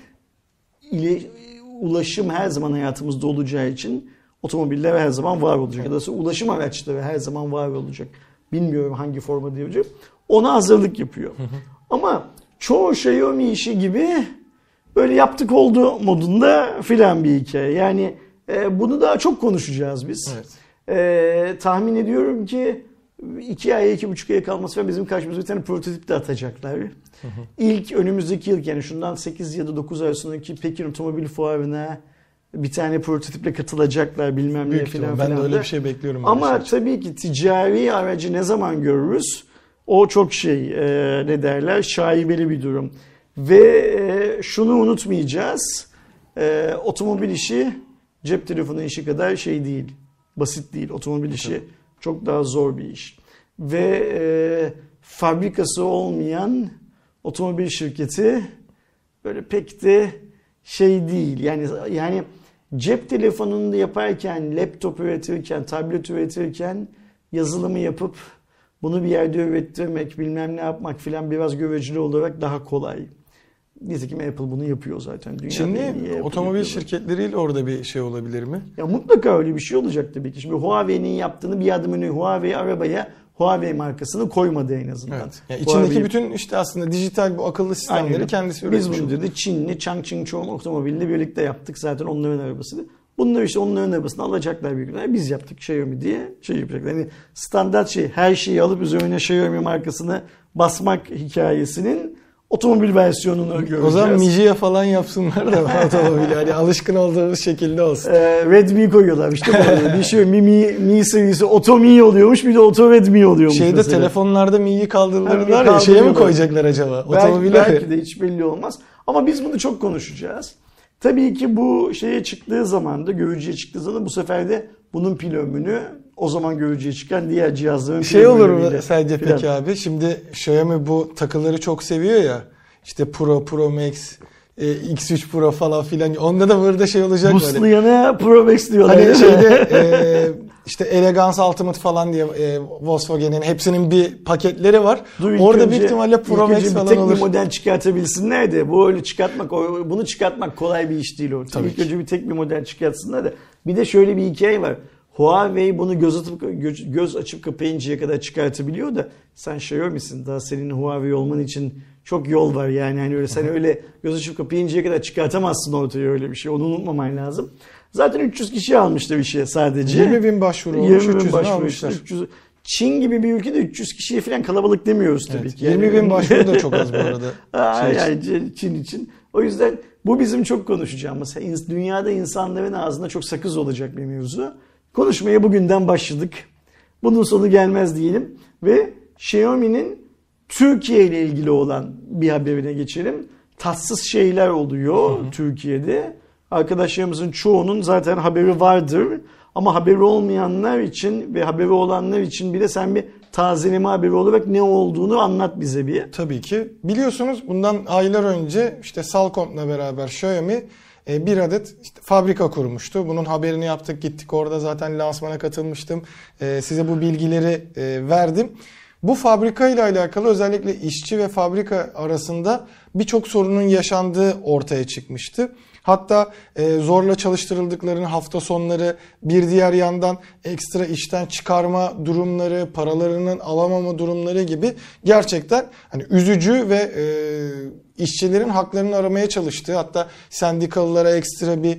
ulaşım her zaman hayatımızda olacağı için otomobiller her zaman var olacak. Ya da ulaşım araçları her zaman var olacak. Bilmiyorum hangi forma diyeceğim. Ona hazırlık yapıyor. Ama çoğu Xiaomi işi gibi böyle yaptık oldu modunda filan bir hikaye. Yani bunu daha çok konuşacağız biz. Evet. Tahmin ediyorum ki 2 aya 2,5 aya kalması ve bizim karşımıza bir tane prototip de atacaklar. İlk önümüzdeki yıl, yani şundan 8 ya da 9 ay sonraki Pekin Otomobil Fuarı'na bir tane prototiple katılacaklar bilmem ne filan. Ben de öyle bir şey bekliyorum. Ama tabii ki ticari aracı ne zaman görürüz? O çok ne derler, şaibeli bir durum. Ve şunu unutmayacağız. Otomobil işi cep telefonu işi kadar değil. Basit değil. Otomobil işi çok daha zor bir iş. Ve fabrikası olmayan otomobil şirketi böyle pek de değil. Yani cep telefonunu yaparken, laptop üretirken, tablet üretirken yazılımı yapıp bunu bir yerde ürettirmek, bilmem ne yapmak filan biraz göreceli olarak daha kolay. Nitekim Apple bunu yapıyor zaten. Dünyada Çinli otomobil şirketleriyle orada bir şey olabilir mi? Ya mutlaka öyle bir şey olacak tabii ki. Şimdi Huawei'nin yaptığını bir adım önü Huawei arabaya Huawei markasını koymadı en azından. Evet. Yani içindeki bütün işte aslında dijital bu akıllı sistemleri aynen kendisi biz üretmiş. bunu dedi Çinli Changchun otomobilini birlikte yaptık. Zaten onların arabasını. Bunlar işte onların arabasını alacaklar bir gün. Biz yaptık Xiaomi diye şey yapacaklar. Yani standart şey her şeyi alıp üzerine Xiaomi markasını basmak hikayesinin otomobil versiyonunu göreceğiz. O zaman Miji'ye falan yapsınlar da otomobili. Hani alışkın olduğumuz şekilde olsun. Redmi koyuyorlar işte. Bir şey Mi serisi Oto Mi oluyormuş, bir de Oto Redmi oluyormuş. Şeyde mesela. Telefonlarda Mi'yi kaldırırlar ya, şeye mi koyacaklar acaba? Otomobile belki de hiç belli olmaz. Ama biz bunu çok konuşacağız. Tabii ki bu şeye çıktığı zaman da, görücüye çıktığı zaman bu sefer de bunun pil ömrünü o zaman görücüye çıkan diğer cihazların şey olur mu sence peki abi? Şimdi Xiaomi bu takıları çok seviyor ya. İşte Pro Max, X3 Pro falan filan. Onda da burada şey olacak mı? Buslayana Pro Max diyorlar. Hani şeyde işte Elegance Ultimate falan diye Volkswagen'in hepsinin bir paketleri var. Orada büyük ihtimalle Pro Max falan tek olur. bir model çıkartabilsinler de bu öyle çıkartmak, bunu çıkartmak kolay bir iş değil orada. İlk önce bir tek bir model çıkartsınlar da. Bir de şöyle bir hikaye var. Huawei bunu göz açıp kapayıncaya kadar çıkartabiliyor da sen Xiaomi'sin. Daha senin Huawei olman için çok yol var yani. Hani öyle sen öyle göz açıp kapayıncaya kadar çıkartamazsın ortaya öyle bir şey. Onu unutmaman lazım. Zaten 300 kişi almışlar işe sadece. 20.000 başvuru olmuş, 300'ünü almışlar. 300. Çin gibi bir ülkede 300 kişiye falan kalabalık demiyoruz tabii ki. Yani 20.000 başvuru da çok az bu arada. Yani Çin için. O yüzden bu bizim çok konuşacağımız. Dünyada insanların ağzında çok sakız olacak bir mevzu. Konuşmaya bugünden başladık. Bunun sonu gelmez diyelim. Ve Xiaomi'nin Türkiye ile ilgili olan bir haberine geçelim. Tatsız şeyler oluyor Türkiye'de. Arkadaşlarımızın çoğunun zaten haberi vardır. Ama haberi olmayanlar için ve haberi olanlar için bile sen bir tazeleme haberi olarak ne olduğunu anlat bize bir. Tabii ki. Biliyorsunuz bundan aylar önce işte Salcomp'la beraber Xiaomi bir adet işte fabrika kurmuştu. Bunun haberini yaptık, gittik orada zaten lansmana katılmıştım. Size bu bilgileri verdim. Bu fabrika ile alakalı özellikle işçi ve fabrika arasında birçok sorunun yaşandığı ortaya çıkmıştı. Hatta zorla çalıştırıldıklarını hafta sonları, bir diğer yandan ekstra işten çıkarma durumları, paralarının alamama durumları gibi gerçekten hani üzücü ve işçilerin haklarını aramaya çalıştığı, hatta sendikalılara ekstra bir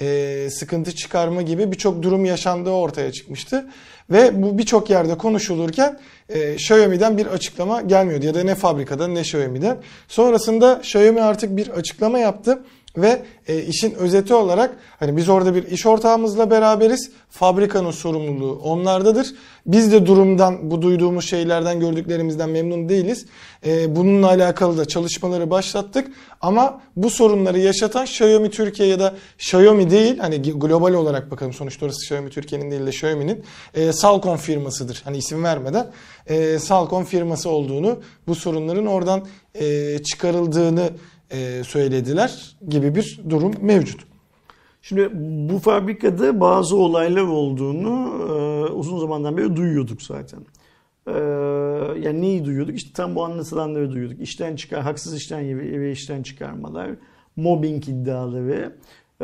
sıkıntı çıkarma gibi birçok durum yaşandığı ortaya çıkmıştı. Ve bu birçok yerde konuşulurken Xiaomi'den bir açıklama gelmiyordu ya da ne fabrikadan ne Xiaomi'den. Sonrasında Xiaomi artık bir açıklama yaptı. Ve işin özeti olarak hani biz orada bir iş ortağımızla beraberiz. Fabrikanın sorumluluğu onlardadır. Biz de durumdan, bu duyduğumuz şeylerden, gördüklerimizden memnun değiliz. Bununla alakalı da çalışmaları başlattık. Ama bu sorunları yaşatan Xiaomi Türkiye ya da Xiaomi değil. Hani global olarak bakalım, sonuçta orası Xiaomi Türkiye'nin değil de Xiaomi'nin Salcom firmasıdır. Hani isim vermeden Salcom firması olduğunu, bu sorunların oradan çıkarıldığını söylediler gibi bir durum mevcut. Şimdi bu fabrikada bazı olaylar olduğunu uzun zamandan beri duyuyorduk zaten. Yani neyi duyuyorduk? İşte tam bu anlatılanları duyuyorduk. İşten çıkar, haksız işten ve işten çıkarmalar, mobbing iddiaları,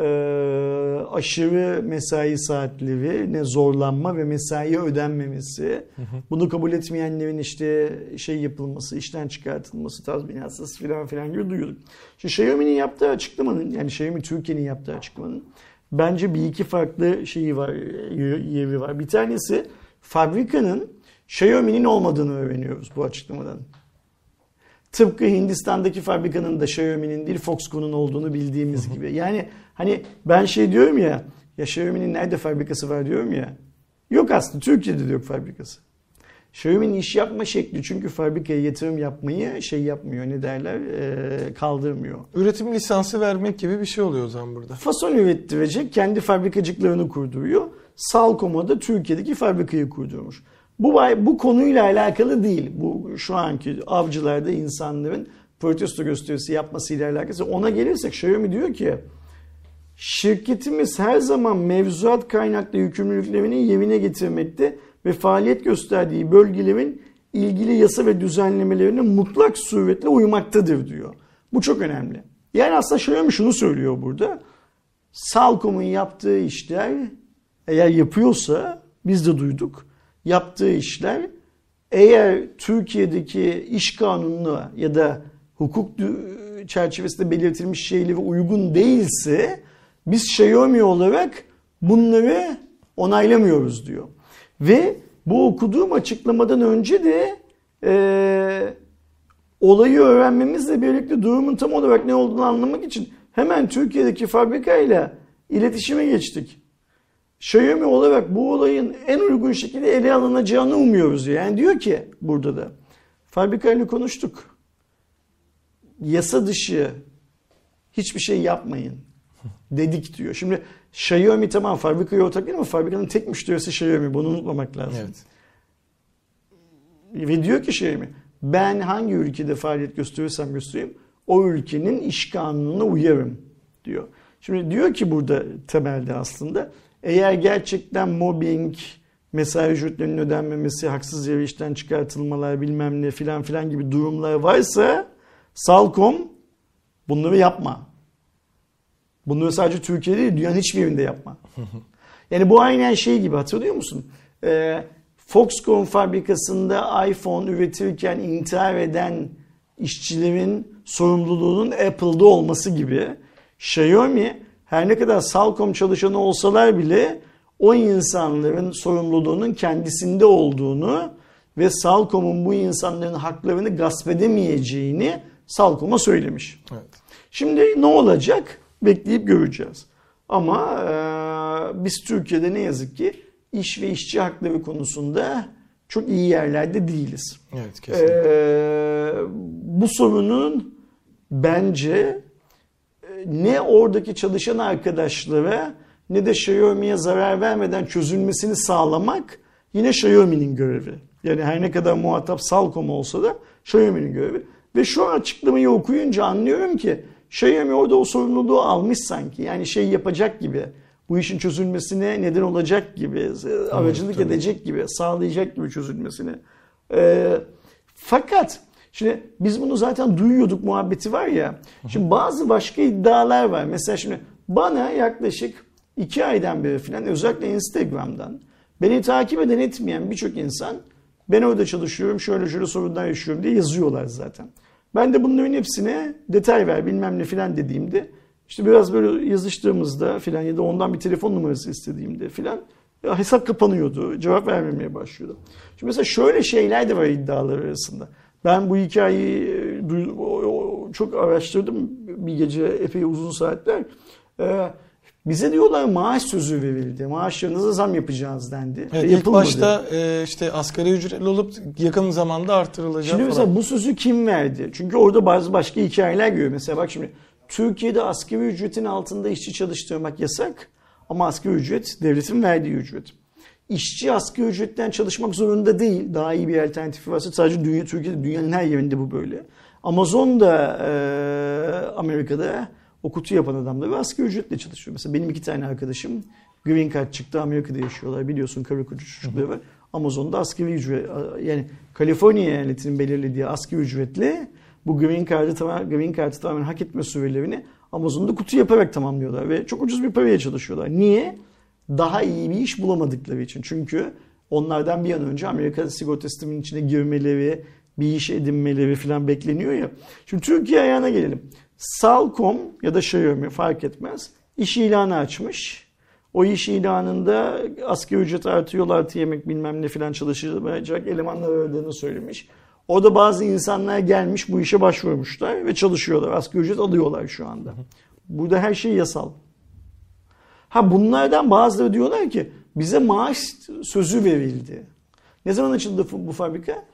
aşırı mesai saatleri, zorlanma ve mesai ödenmemesi, bunu kabul etmeyenlerin işte şey yapılması, işten çıkartılması, tazminatsız filan gibi duyuyorduk. Şimdi Xiaomi'nin yaptığı açıklamanın, yani Xiaomi Türkiye'nin yaptığı açıklamanın bence bir iki farklı şeyi var, yeri var. Bir tanesi fabrikanın Xiaomi'nin olmadığını öğreniyoruz bu açıklamadan. Tıpkı Hindistan'daki fabrikanın da Xiaomi'nin değil Foxconn'un olduğunu bildiğimiz gibi. Yani hani ben şey diyorum ya Xiaomi'nin nerede fabrikası var diyorum ya. Yok aslında Türkiye'de de yok fabrikası. Xiaomi'nin iş yapma şekli çünkü fabrikaya yatırım yapmayı şey yapmıyor, ne derler, kaldırmıyor. Üretim lisansı vermek gibi bir şey oluyor o zaman burada. Fason ürettirecek, kendi fabrikacıklarını kurduruyor. Salcom'a da Türkiye'deki fabrikayı kurdurmuş. Bu konuyla alakalı değil. Bu şu anki avcılarda insanların protesto gösterisi yapmasıyla alakası. Ona gelirsek Xiaomi diyor ki şirketimiz her zaman mevzuat kaynaklı yükümlülüklerini yerine getirmekte ve faaliyet gösterdiği bölgelerin ilgili yasa ve düzenlemelerine mutlak suretle uymaktadır diyor. Bu çok önemli. Yani aslında Xiaomi şunu söylüyor burada. Salcom'un yaptığı işler eğer yapıyorsa, biz de duyduk, yaptığı işler eğer Türkiye'deki iş kanununa ya da hukuk çerçevesinde belirtilmiş şeylere uygun değilse biz Xiaomi olarak bunları onaylamıyoruz diyor. Ve bu okuduğum açıklamadan önce de olayı öğrenmemizle birlikte durumun tam olarak ne olduğunu anlamak için hemen Türkiye'deki fabrikayla iletişime geçtik. Xiaomi olarak bu olayın en uygun şekilde ele alınacağını umuyoruz. Yani diyor ki burada da fabrikayla konuştuk. Yasa dışı hiçbir şey yapmayın dedik diyor. Şimdi Xiaomi tamam fabrikaya ortak değil ama fabrikanın tek müşterisi Xiaomi. Bunu unutmamak lazım. Evet. Ve diyor ki Xiaomi, ben hangi ülkede faaliyet gösterirsem göstereyim o ülkenin iş kanununa uyarım diyor. Şimdi diyor ki burada temelde aslında eğer gerçekten mobbing, mesai ücretlerinin ödenmemesi, haksız yere işten çıkartılmalar bilmem ne filan filan gibi durumlar varsa Salcom bunları yapma. Bunları sadece Türkiye'de değil dünyanın hiçbir yerinde yapma. Yani bu aynen şey gibi hatırlıyor musun? Foxconn fabrikasında iPhone üretirken intihar eden işçilerin sorumluluğunun Apple'da olması gibi Xiaomi her ne kadar Salcom çalışanı olsalar bile o insanların sorumluluğunun kendisinde olduğunu ve Salcom'un bu insanların haklarını gasp edemeyeceğini Salcom'a söylemiş. Evet. Şimdi ne olacak? Bekleyip göreceğiz. Ama biz Türkiye'de ne yazık ki iş ve işçi hakları konusunda çok iyi yerlerde değiliz. Evet, kesinlikle. Bu sorunun bence ne oradaki çalışan arkadaşlara ne de Xiaomi'ye zarar vermeden çözülmesini sağlamak yine Xiaomi'nin görevi. Yani her ne kadar muhatap Salcom olsa da Xiaomi'nin görevi. Ve şu açıklamayı okuyunca anlıyorum ki Xiaomi orada o sorumluluğu almış sanki. Yani şey yapacak gibi, bu işin çözülmesine neden olacak gibi, aracılık edecek gibi, sağlayacak gibi çözülmesini. Fakat şimdi biz bunu zaten duyuyorduk muhabbeti var ya. Şimdi bazı başka iddialar var. Mesela şimdi bana yaklaşık 2 aydan beri falan özellikle Instagram'dan beni takip eden etmeyen birçok insan ben orada çalışıyorum şöyle şöyle sorunlar yaşıyorum diye yazıyorlar zaten. Ben de bunların hepsine detay ver bilmem ne filan dediğimde işte biraz böyle yazıştığımızda filan ya da ondan bir telefon numarası istediğimde filan hesap kapanıyordu. Cevap vermemeye başlıyordu. Şimdi mesela şöyle şeyler de var iddialar arasında. Ben bu hikayeyi çok araştırdım bir gece epey uzun saatler. Bize diyorlar maaş sözü verildi. Maaşlarınıza zam yapacağız dendi. Evet, ilk başta işte asgari ücretli olup yakın zamanda artırılacak şimdi falan. mesela bu sözü kim verdi? Çünkü orada bazı başka hikayeler görüyor. Mesela bak şimdi Türkiye'de asgari ücretin altında işçi çalıştırmak yasak. Ama asgari ücret devletin verdiği ücret. İşçi asgari ücretten çalışmak zorunda değil. Daha iyi bir alternatifi varsa sadece Türkiye'de dünyanın her yerinde bu böyle. Amazon'da Amerika'da o kutu yapan adamlar ve asgari ücretle çalışıyor. Mesela benim 2 tane arkadaşım Green Card çıktı Amerika'da yaşıyorlar. Biliyorsun karı koca çocukları var. Amazon'da asgari ücret yani Kaliforniya eyaletinin belirlediği asgari ücretle bu Green Card'ı tamamen hak etme sürelerini Amazon'da kutu yaparak tamamlıyorlar ve çok ucuz bir paraya çalışıyorlar. Niye? Daha iyi bir iş bulamadıkları için. Çünkü onlardan bir an önce Amerika sigorta sisteminin içine girmeleri, bir iş edinmeleri falan bekleniyor ya. Şimdi Türkiye ayağına gelelim. Salcom ya da Xiaomi fark etmez. İş ilanı açmış. O iş ilanında asgari ücret artı yemek bilmem ne falan çalışacak elemanlar aradığını söylemiş. Orada bazı insanlar gelmiş bu işe başvurmuşlar ve çalışıyorlar. Asgari ücret alıyorlar şu anda. Burada her şey yasal. Bunlardan bazıları diyorlar ki bize maaş sözü verildi. Ne zaman açıldı bu fabrika?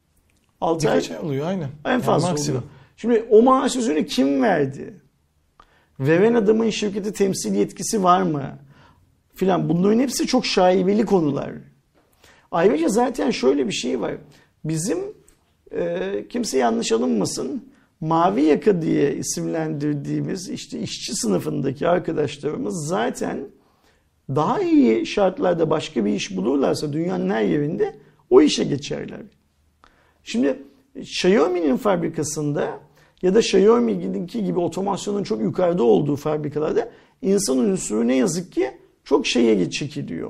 6 ay. Birkaç ay oluyor aynen. En fazla oluyor. Şimdi o maaş sözünü kim verdi? Veren adamın şirketi temsil yetkisi var mı? Filan. Bunların hepsi çok şaibeli konular. Ayrıca zaten şöyle bir şey var. Bizim kimse yanlış alınmasın. Mavi yaka diye isimlendirdiğimiz işte işçi sınıfındaki arkadaşlarımız zaten daha iyi şartlarda başka bir iş bulurlarsa dünyanın her yerinde o işe geçerler. Şimdi Xiaomi'nin fabrikasında ya da Xiaomi'deki gibi otomasyonun çok yukarıda olduğu fabrikalarda insan unsuru ne yazık ki çok şeye çekiliyor.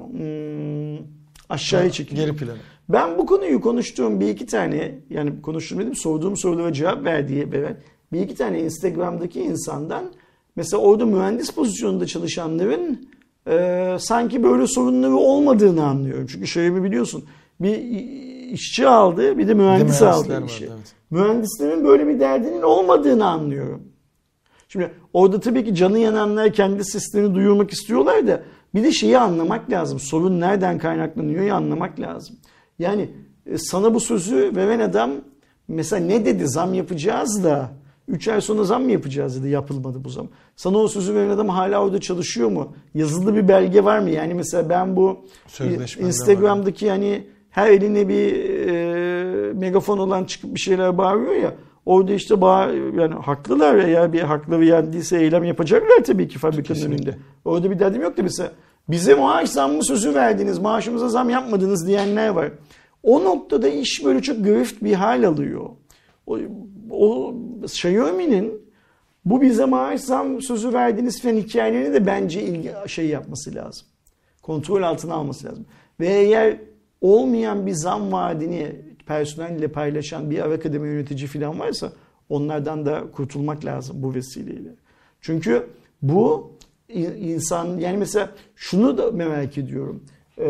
Aşağıya çekiliyor. Geri plana. Ben bu konuyu konuştuğum bir iki tane, yani konuştuğum dedim, sorduğum sorulara cevap veren bir iki tane Instagram'daki insandan, mesela orada mühendis pozisyonunda çalışanların sanki böyle sorunları olmadığını anlıyorum. Çünkü Xiaomi biliyorsun bir işçi aldı, bir de mühendis aldı işi. Vardı, evet. Mühendislerin böyle bir derdinin olmadığını anlıyorum. Şimdi orada tabii ki canı yananlar kendi seslerini duyurmak istiyorlar da bir de şeyi anlamak lazım. Sorun nereden kaynaklanıyor anlamak lazım. Yani sana bu sözü veren adam mesela ne dedi? Zam yapacağız da 3 ay sonra zam mı yapacağız dedi, yapılmadı bu zam. Sana o sözü veren adam hala orada çalışıyor mu? Yazılı bir belge var mı? Yani mesela ben bu Instagram'daki yani her eline bir megafon olan çıkıp bir şeyler bağırıyor ya. Orada işte yani haklılar, eğer bir hakları yendiyse eylem yapacaklar tabii ki fabrikanın önünde. Orada bir derdim yok da mesela bize maaş zammı sözü verdiniz, maaşımıza zam yapmadınız diyenler var. O noktada iş böyle çok garift bir hal alıyor. O Xiaomi'nin bu bize maaş zam sözü verdiniz falan hikayelerini de bence yapması lazım. Kontrol altına alması lazım. Ve eğer olmayan bir zam vaadini personelle paylaşan bir akademi yönetici falan varsa onlardan da kurtulmak lazım bu vesileyle. Çünkü bu insan, yani mesela şunu da merak ediyorum.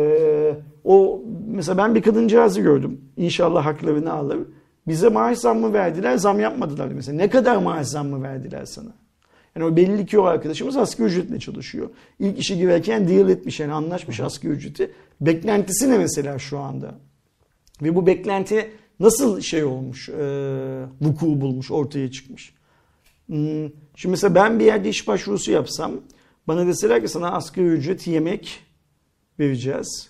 O mesela ben bir kadıncağızı gördüm. İnşallah haklarını alır. Bize maaş zammı verdiler, zam yapmadılar mesela. Ne kadar maaş zammı verdiler sana? Yani o belli ki o arkadaşımız asgari ücretle çalışıyor. İlk işe girerken deal etmiş, yani anlaşmış asgari ücreti. Beklentisi ne mesela şu anda? Ve bu beklenti nasıl olmuş, vuku bulmuş, ortaya çıkmış? Şimdi mesela ben bir yerde iş başvurusu yapsam, bana deseler ki sana asgari ücret, yemek vereceğiz.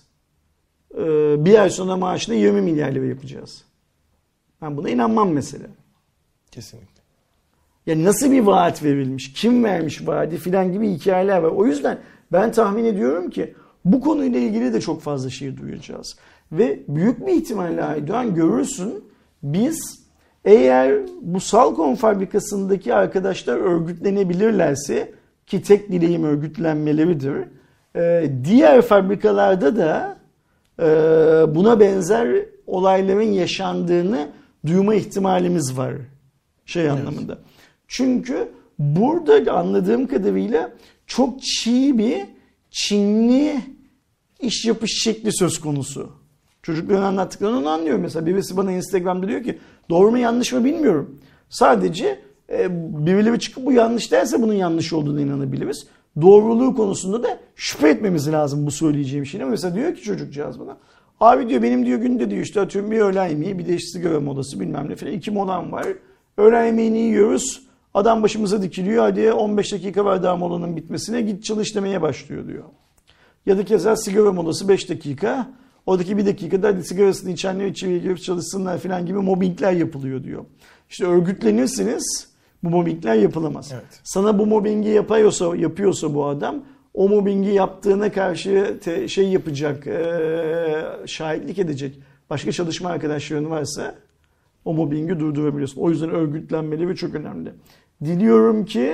Bir ay sonra maaşını 20 milyar lira yapacağız. Ben buna inanmam mesela. Kesinlikle. Yani nasıl bir vaat verilmiş, kim vermiş vaadi filan gibi hikayeler var. O yüzden ben tahmin ediyorum ki bu konuyla ilgili de çok fazla şey duyacağız. Ve büyük bir ihtimalle Aydoğan görürsün, biz eğer bu Salcom fabrikasındaki arkadaşlar örgütlenebilirlerse, ki tek dileğim örgütlenmeleridir, diğer fabrikalarda da buna benzer olayların yaşandığını duyma ihtimalimiz var anlamında. Evet. Çünkü burada anladığım kadarıyla çok çiğ bir Çinli iş yapış şekli söz konusu. Çocukların anlattıklarını onu anlıyorum. Mesela birisi bana Instagram'da diyor ki doğru mu yanlış mı bilmiyorum. Sadece birileri çıkıp bu yanlış derse bunun yanlış olduğuna inanabiliriz. Doğruluğu konusunda da şüphe etmemiz lazım bu söyleyeceğim şeyin. Mesela diyor ki çocukcağız bana, abi diyor benim diyor günde diyor işte atıyorum bir öğlen yemeği, bir de işte sigara molası bilmem ne falan 2 molam var. Öğlen yemeğini yiyoruz. Adam başımıza dikiliyor. Hadi 15 dakika var daha molanın bitmesine, git çalış demeye başlıyor diyor. Ya da keza sigara molası 5 dakika. Oradaki 1 dakikada hadi sigarasını içenler içeriye girip çalışsınlar falan gibi mobbingler yapılıyor diyor. İşte örgütlenirsiniz, bu mobbingler yapılamaz. Evet. Sana bu mobbingi yapıyorsa bu adam, o mobbingi yaptığına karşı yapacak, şahitlik edecek başka çalışma arkadaşların varsa o mobbingi durdurabiliyorsun. O yüzden örgütlenmeleri çok önemli. Diliyorum ki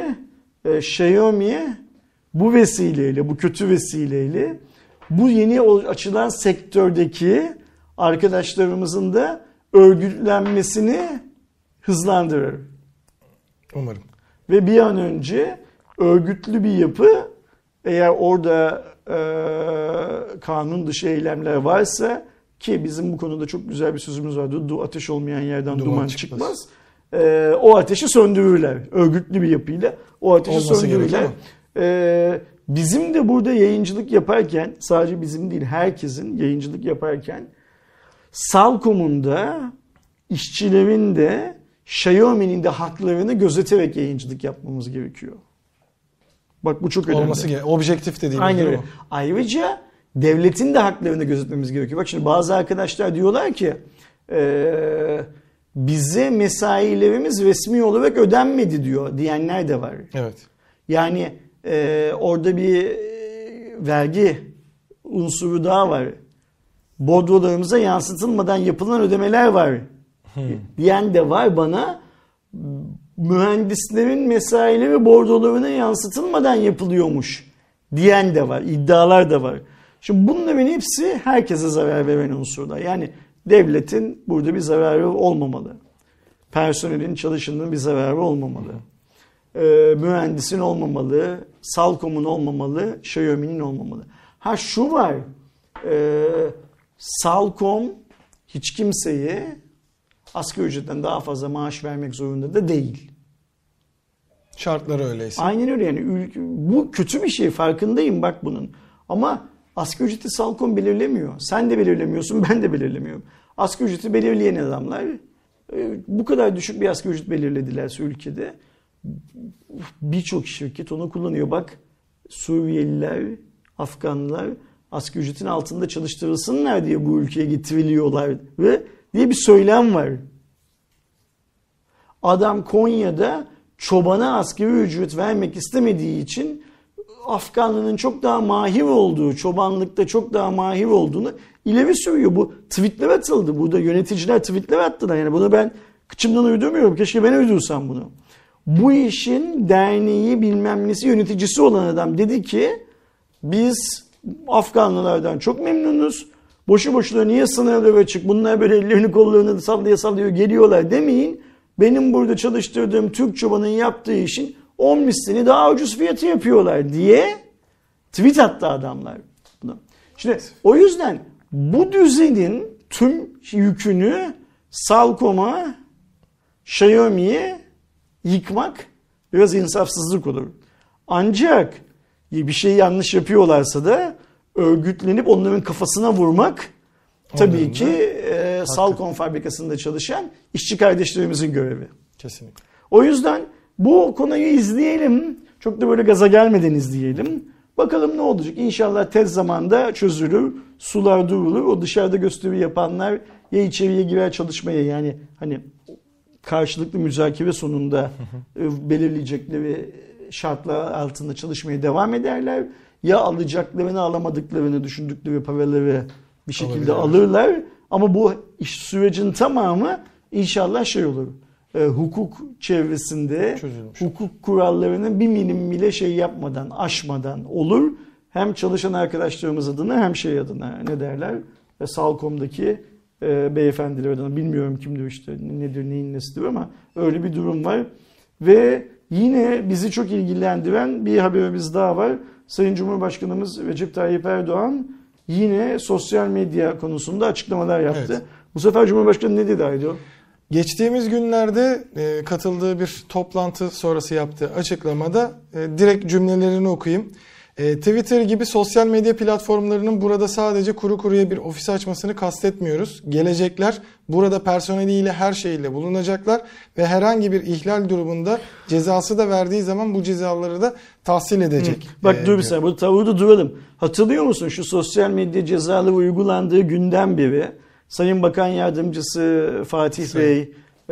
Xiaomi bu vesileyle, bu kötü vesileyle bu yeni açılan sektördeki arkadaşlarımızın da örgütlenmesini hızlandırır. Umarım. Ve bir an önce örgütlü bir yapı, eğer orada kanun dışı eylemler varsa, ki bizim bu konuda çok güzel bir sözümüz var. Ateş olmayan yerden duman çıkmaz. O ateşi söndürürler. Örgütlü bir yapıyla o ateşi söndürürler. Bizim de burada yayıncılık yaparken, sadece bizim değil herkesin yayıncılık yaparken Salcom'un da, işçilerin de, Xiaomi'nin de haklarını gözeterek yayıncılık yapmamız gerekiyor. Bak bu çok önemli. Olması gerekiyor. Objektif dediğimiz. Aynen öyle. Ayrıca devletin de haklarını gözetmemiz gerekiyor. Bak şimdi bazı arkadaşlar diyorlar ki bize mesailerimiz resmi olarak ödenmedi diyenler de var. Evet. Yani orada bir vergi unsuru daha var. Bordrolarımıza yansıtılmadan yapılan ödemeler var diyen de var bana. mühendislerin mesaileri bordrolarına yansıtılmadan yapılıyormuş diyen de var, iddialar da var. Şimdi bunların hepsi herkese zarar veren unsurlar. Yani devletin burada bir zararı olmamalı. Personelin, çalışanın bir zararı olmamalı. Mühendisin olmamalı, Salcom'un olmamalı, Xiaomi'nin olmamalı. Ha şu var, Salcom hiç kimseye asgari ücretten daha fazla maaş vermek zorunda da değil. Şartları öyleyse. Aynen öyle yani. Bu kötü bir şey, farkındayım bak bunun. Ama asgari ücreti Salcom belirlemiyor. Sen de belirlemiyorsun, ben de belirlemiyorum. Asgari ücreti belirleyen adamlar bu kadar düşük bir asgari ücret belirledilerse ülkede birçok şirket onu kullanıyor. Bak Suriyeliler, Afganlılar asgari ücretin altında çalıştırılsınlar diye bu ülkeye getiriliyorlar ve diye bir söylem var. Adam Konya'da çobana asgari ücret vermek istemediği için Afganlının çok daha mahir olduğu, çobanlıkta çok daha mahir olduğunu ileri sürüyor. Bu tweetler atıldı. Burada yöneticiler tweetler attılar. Yani bunu ben kıçımdan uydurmuyorum. Keşke ben uydursam bunu. Bu işin derneği bilmem nesi yöneticisi olan adam dedi ki biz Afganlılardan çok memnunuz. Boşu boşuna niye sınırları açık? Bunlar böyle ellerini kollarını sallıyor geliyorlar demeyin. Benim burada çalıştırdığım Türk çobanın yaptığı işin 10 mislini daha ucuz fiyatı yapıyorlar diye tweet attı adamlar. Şimdi o yüzden bu düzenin tüm yükünü Salcom'a, Xiaomi'ye yıkmak biraz insafsızlık olur. Ancak bir şey yanlış yapıyorlarsa da örgütlenip onların kafasına vurmak tabii ki Salcom fabrikasında çalışan işçi kardeşlerimizin görevi. Kesinlikle. O yüzden bu konuyu izleyelim. Çok da böyle gaza gelmeden izleyelim. Bakalım ne olacak. İnşallah tez zamanda çözülür. Sular durulur. O dışarıda gösteri yapanlar ya içeriye girer çalışmaya yani hani karşılıklı müzakere sonunda belirleyecekleri şartlar altında çalışmaya devam ederler. Ya alacaklarını alamadıklarını düşündükleri paraları bir şekilde alırlar. Ama bu iş sürecin tamamı inşallah şey olur. Hukuk çevresinde çözülmüş. Hukuk kurallarını bir milim bile şey yapmadan, aşmadan olur. Hem çalışan arkadaşlarımız adına hem şey adına ne derler? Salcom'daki beyefendiler adına bilmiyorum kimdir işte nedir neyin nesidir ama öyle bir durum var. Ve yine bizi çok ilgilendiren bir haberimiz daha var. Sayın Cumhurbaşkanımız Recep Tayyip Erdoğan yine sosyal medya konusunda açıklamalar yaptı. Evet. Bu sefer Cumhurbaşkanı ne dedi Aydo? Geçtiğimiz günlerde katıldığı bir toplantı sonrası yaptığı açıklamada direkt cümlelerini okuyayım. Twitter gibi sosyal medya platformlarının burada sadece kuru kuruya bir ofis açmasını kastetmiyoruz. Gelecekler burada personeliyle her şeyiyle bulunacaklar ve herhangi bir ihlal durumunda cezası da verdiği zaman bu cezaları da tahsil edecek. Bak dur bir saniye bu tavuğu duralım. Hatırlıyor musun şu sosyal medya cezaları uygulandığı günden beri Sayın Bakan Yardımcısı Fatih Bey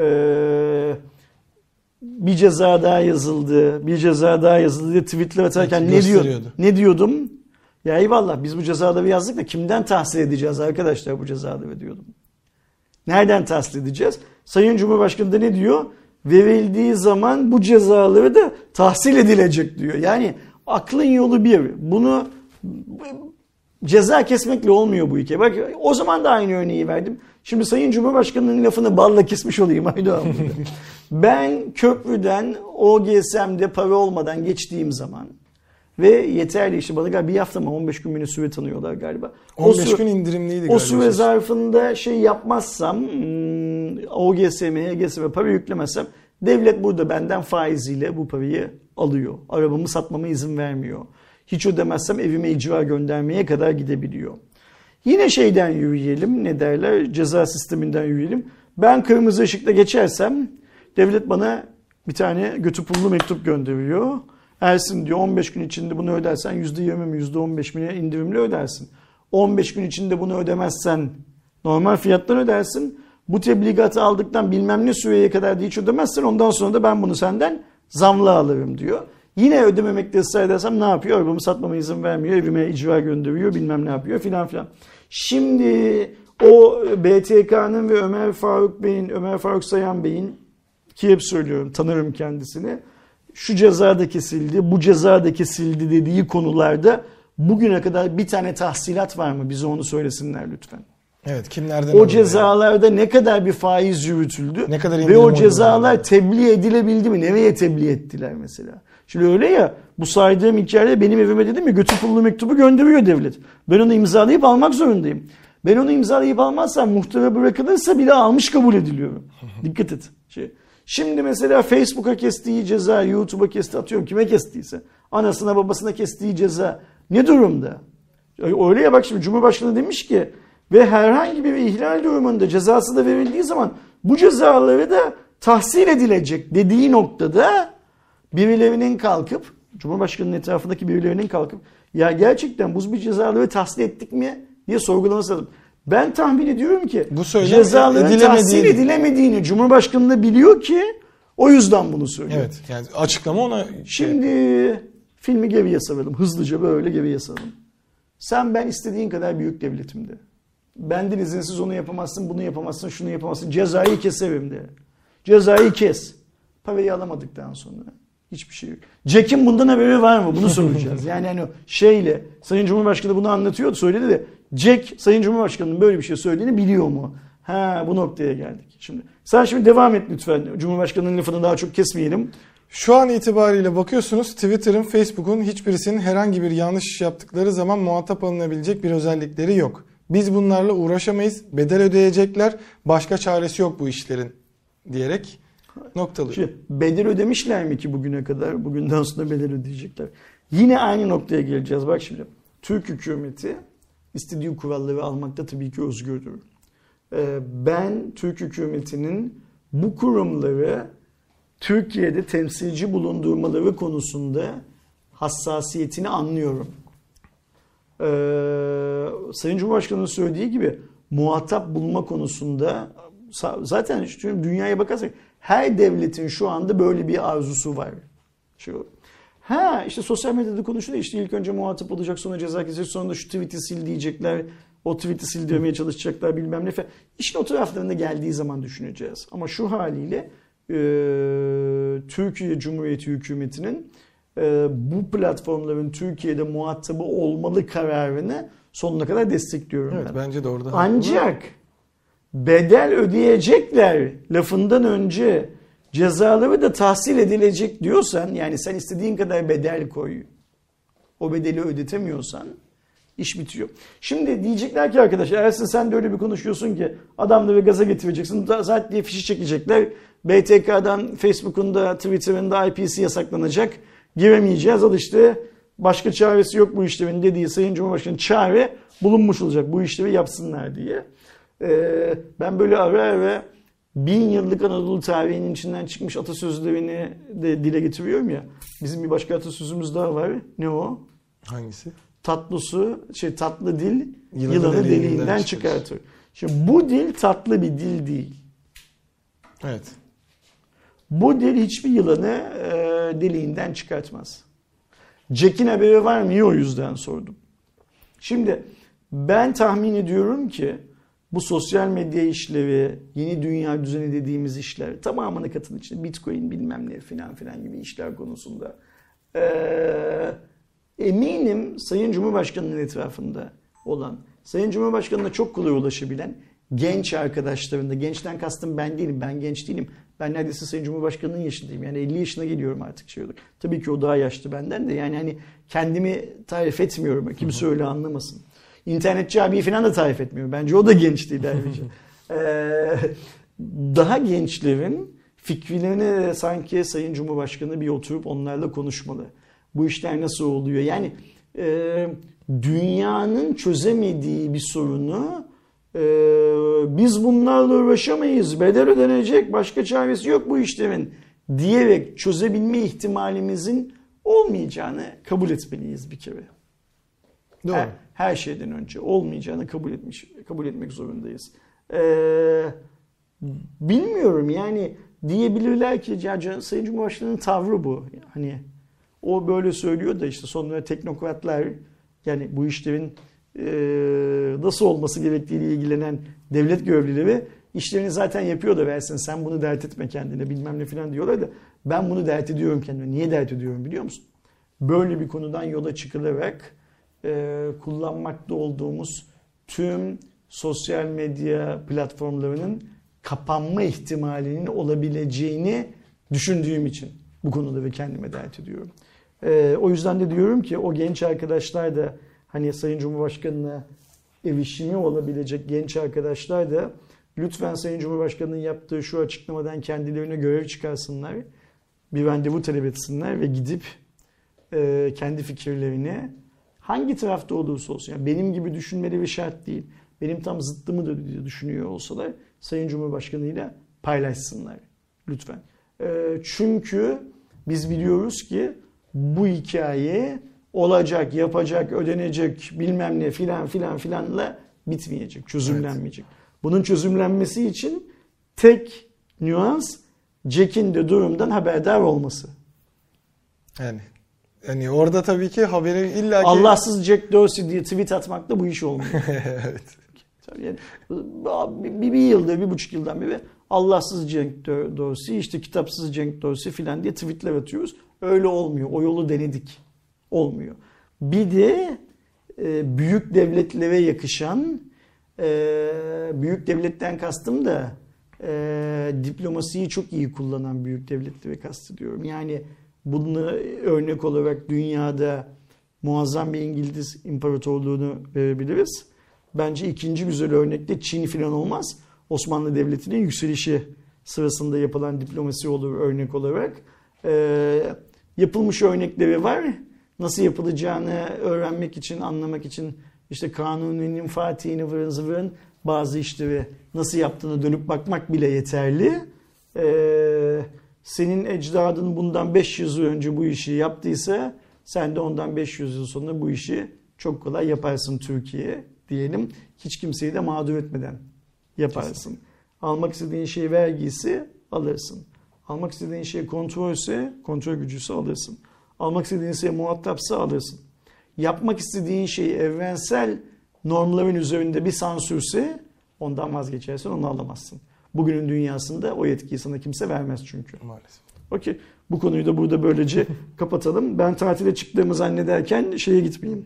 bir ceza daha yazıldı, bir ceza daha yazıldı diye tweetler atarken ne diyordum? Ya eyvallah biz bu cezaları yazdık da kimden tahsil edeceğiz arkadaşlar bu cezaları diyordum. Nereden tahsil edeceğiz? Sayın Cumhurbaşkanı da ne diyor? Verildiği zaman bu cezaları da tahsil edilecek diyor. Yani aklın yolu bir. Bunu ceza kesmekle olmuyor bu hikaye. Bak o zaman da aynı örneği verdim. Şimdi Sayın Cumhurbaşkanı'nın lafını balla kesmiş olayım Aydoğan. Ben köprüden OGS'mde para olmadan geçtiğim zaman ve yeterli işte bana galiba bir hafta mı 15 gün süre tanıyorlar galiba. 15 gün indirimliydi galiba. O süre zarfında şey yapmazsam OGS'me, HGS'me para yüklemezsem devlet burada benden faiziyle bu parayı alıyor. Arabamı satmama izin vermiyor. Hiç ödemezsem evime icra göndermeye kadar gidebiliyor. Yine şeyden yürüyelim, ne derler, ceza sisteminden yürüyelim. Ben kırmızı ışıkta geçersem devlet bana bir tane götü pullu mektup gönderiyor. Ersin diyor 15 gün içinde bunu ödersen %20 mi %15 mi indirimli ödersin. 15 gün içinde bunu ödemezsen normal fiyattan ödersin. Bu tebligatı aldıktan bilmem ne süreye kadar da hiç ödemezsen ondan sonra da ben bunu senden zamla alırım diyor. Yine ödememekte ısrar edersem ne yapıyor? Arabamı satmama izin vermiyor, evime icra gönderiyor, bilmem ne yapıyor filan filan. Şimdi o BTK'nın ve Ömer Faruk Sayan Bey'in ki hep söylüyorum, tanırım kendisini. Şu ceza da kesildi, bu ceza da kesildi dediği konularda bugüne kadar bir tane tahsilat var mı? Bize onu söylesinler lütfen. Evet, kimlerden O cezalarda ne kadar bir faiz yürütüldü ne kadar ve o cezalar tebliğ edilebildi mi? Nereye tebliğ ettiler mesela? Şimdi öyle ya, bu saydığım hikayede benim evime dedim ya, götü pullu mektubu gönderiyor devlet. Ben onu imzalayıp almak zorundayım. Ben onu imzalayıp almazsam, muhtara bırakılırsa bile almış kabul ediliyorum. Dikkat et. Şimdi mesela Facebook'a kestiği ceza, YouTube'a kestiği, atıyorum kime kestiyse, anasına babasına kestiği ceza ne durumda? Öyle ya, bak şimdi Cumhurbaşkanı demiş ki ve herhangi bir ihlal durumunda cezası da verildiği zaman bu cezaları da tahsil edilecek dediği noktada birilerinin kalkıp, Cumhurbaşkanı'nın etrafındaki birilerinin kalkıp ya gerçekten bu cezaları tahsil ettik mi diye sorgulaması lazım. Ben tahmin ediyorum ki bu cezaların tahsil edilemediğini Cumhurbaşkanı da biliyor ki o yüzden bunu söylüyor. Evet, yani açıklama ona... Şimdi filmi geriye saralım. Hızlıca böyle geriye saralım. Sen ben istediğin kadar büyük devletimde. Benden izinsiz onu yapamazsın, bunu yapamazsın, şunu yapamazsın. Cezayı keserim de. Cezayı kes. Parayı alamadıktan sonra hiçbir şey yok. Jack'in bundan haberi var mı? Bunu soracağız. Yani hani şeyle, Sayın Cumhurbaşkanı bunu anlatıyordu, söyledi de Jack, Sayın Cumhurbaşkanı'nın böyle bir şey söylediğini biliyor mu? Ha, bu noktaya geldik. Şimdi sen devam et lütfen. Cumhurbaşkanı'nın lafını daha çok kesmeyelim. Şu an itibariyle bakıyorsunuz, Twitter'ın, Facebook'un hiçbirisinin herhangi bir yanlış iş yaptıkları zaman muhatap alınabilecek bir özellikleri yok. Biz bunlarla uğraşamayız, bedel ödeyecekler, başka çaresi yok bu işlerin diyerek noktalıyor. Şimdi bedel ödemişler mi ki bugüne kadar? Bugünden sonra bedel ödeyecekler. Yine aynı noktaya geleceğiz. Bak şimdi, Türk hükümeti istediği kuralları almakta tabii ki özgürdür. Ben Türk hükümetinin bu kurumları Türkiye'de temsilci bulundurmaları konusunda hassasiyetini anlıyorum. Sayın Cumhurbaşkanı'nın söylediği gibi muhatap bulma konusunda zaten dünyaya bakarsak her devletin şu anda böyle bir arzusu var. İşte sosyal medyada konuşuluyor, işte ilk önce muhatap olacak, sonra ceza kesecek, sonra da şu tweet'i sil diyecekler, o tweet'i sildirmeye çalışacaklar bilmem ne falan. İşin o taraflarında geldiği zaman düşüneceğiz. Ama şu haliyle Türkiye Cumhuriyeti hükümetinin bu platformların Türkiye'de muhatabı olmalı kararını sonuna kadar destekliyorum. Evet, ben. bence de orada. Ancak bedel ödeyecekler lafından önce cezaları da tahsil edilecek diyorsan, yani sen istediğin kadar bedel koy, o bedeli ödetemiyorsan iş bitiyor. Şimdi diyecekler ki arkadaşlar, Ersin sen de öyle bir konuşuyorsun ki adamları gaza getireceksin, zaten diye fişi çekecekler. BTK'dan, Facebook'un da, Twitter'ın da IP'si yasaklanacak. Giremeyeceğiz. Al işte, başka çaresi yok bu işlerin dediği Sayın Cumhurbaşkanı çare bulunmuş olacak bu işleri yapsınlar diye. Ben böyle ara ara 1000 yıllık Anadolu tarihinin içinden çıkmış atasözlerini de dile getiriyorum ya. Bizim bir başka atasözümüz daha var. Ne o? Hangisi? Tatlı dil yılanı deliğinden çıkartır. Şimdi bu dil tatlı bir dil değil. Evet. Bu dil hiçbir yılanı deliğinden çıkartmaz. Jack'in haberi var mı? O yüzden sordum. Şimdi ben tahmin ediyorum ki bu sosyal medya işleri, yeni dünya düzeni dediğimiz işler, tamamını katın içinde Bitcoin bilmem ne filan gibi işler konusunda eminim Sayın Cumhurbaşkanı'nın etrafında olan, Sayın Cumhurbaşkanı'na çok kolay ulaşabilen genç arkadaşlarında, gençten kastım ben değilim, ben genç değilim. Ben neredeyse Sayın Cumhurbaşkanı'nın yaşındayım. Yani 50 yaşına geliyorum artık şey olur. Tabii ki o daha yaşlı benden de. Yani hani kendimi tarif etmiyorum. Kimse öyle anlamasın. İnternetçi abiyi falan da tarif etmiyorum. Bence o da genç değil ayrıca. Daha gençlerin fikirlerini sanki Sayın Cumhurbaşkanı bir oturup onlarla konuşmalı. Bu işler nasıl oluyor? Yani dünyanın çözemediği bir sorunu biz bunlarla uğraşamayız, bedel ödenecek, başka çaresi yok bu işlerin diyerek çözebilme ihtimalimizin olmayacağını kabul etmeliyiz bir kere. Doğru. Her şeyden önce olmayacağını kabul etmek zorundayız. Bilmiyorum yani, diyebilirler ki ya Sayın Cumhurbaşkanı'nın tavrı bu. Hani o böyle söylüyor da işte sonra teknokratlar, yani bu işlerin nasıl olması gerektiğiyle ilgilenen devlet görevlileri işlerini zaten yapıyor da versin, sen bunu dert etme kendine bilmem ne falan diyorlar da ben bunu dert ediyorum kendime. Niye dert ediyorum biliyor musun? Böyle bir konudan yola çıkılarak kullanmakta olduğumuz tüm sosyal medya platformlarının kapanma ihtimalinin olabileceğini düşündüğüm için bu konuda ve kendime dert ediyorum. O yüzden de diyorum ki o genç arkadaşlar da hani Sayın Cumhurbaşkanı'na erişimi olabilecek genç arkadaşlar da lütfen Sayın Cumhurbaşkanı'nın yaptığı şu açıklamadan kendilerine görev çıkarsınlar. Bir randevu talep etsinler ve gidip kendi fikirlerini hangi tarafta olursa olsun, yani benim gibi düşünmeleri şart değil. Benim tam zıttımı da düşünüyor olsalar Sayın Cumhurbaşkanı ile paylaşsınlar lütfen. Çünkü biz biliyoruz ki bu hikaye olacak, yapacak, ödenecek bilmem ne filanla bitmeyecek, çözümlenmeyecek. Evet. Bunun çözümlenmesi için tek nüans Jack'in de durumdan haberdar olması. Yani orada tabii ki haberi illaki... Allahsız Jack Dorsey diye tweet atmakla bu iş olmuyor. Evet. Yani bir yıldır, 1,5 yıldan beri Allahsız Jack Dorsey, işte kitapsız Jack Dorsey filan diye tweetler atıyoruz. Öyle olmuyor. O yolu denedik. Olmuyor. Bir de büyük devletlere yakışan, büyük devletten kastım da diplomasiyi çok iyi kullanan büyük devletlere kastediyorum. Yani bunu örnek olarak dünyada muazzam bir İngiliz imparatorluğunu verebiliriz. Bence ikinci güzel örnekte Çin filan olmaz. Osmanlı Devleti'nin yükselişi sırasında yapılan diplomasi olur örnek olarak. Yapılmış örnekleri var. Nasıl yapılacağını öğrenmek için, anlamak için işte Kanuni'nin, Fatih'in, ıvırın zıvırın bazı işleri nasıl yaptığını dönüp bakmak bile yeterli. Senin ecdadın bundan 500 yıl önce bu işi yaptıysa sen de ondan 500 yıl sonra bu işi çok kolay yaparsın Türkiye diyelim. Hiç kimseyi de mağdur etmeden yaparsın. Kesinlikle. Almak istediğin şey vergisi alırsın. Almak istediğin şey kontrolse, kontrol gücüse alırsın. Almak istediğin şey muhatapsa alırsın. Yapmak istediğin şey evrensel normların üzerinde bir sansürse ondan vazgeçersin, onu alamazsın. Bugünün dünyasında o yetkiyi sana kimse vermez çünkü. Maalesef. Okey. Bu konuyu da burada böylece kapatalım. Ben tatile çıktığımı zannederken şeye gitmeyeyim.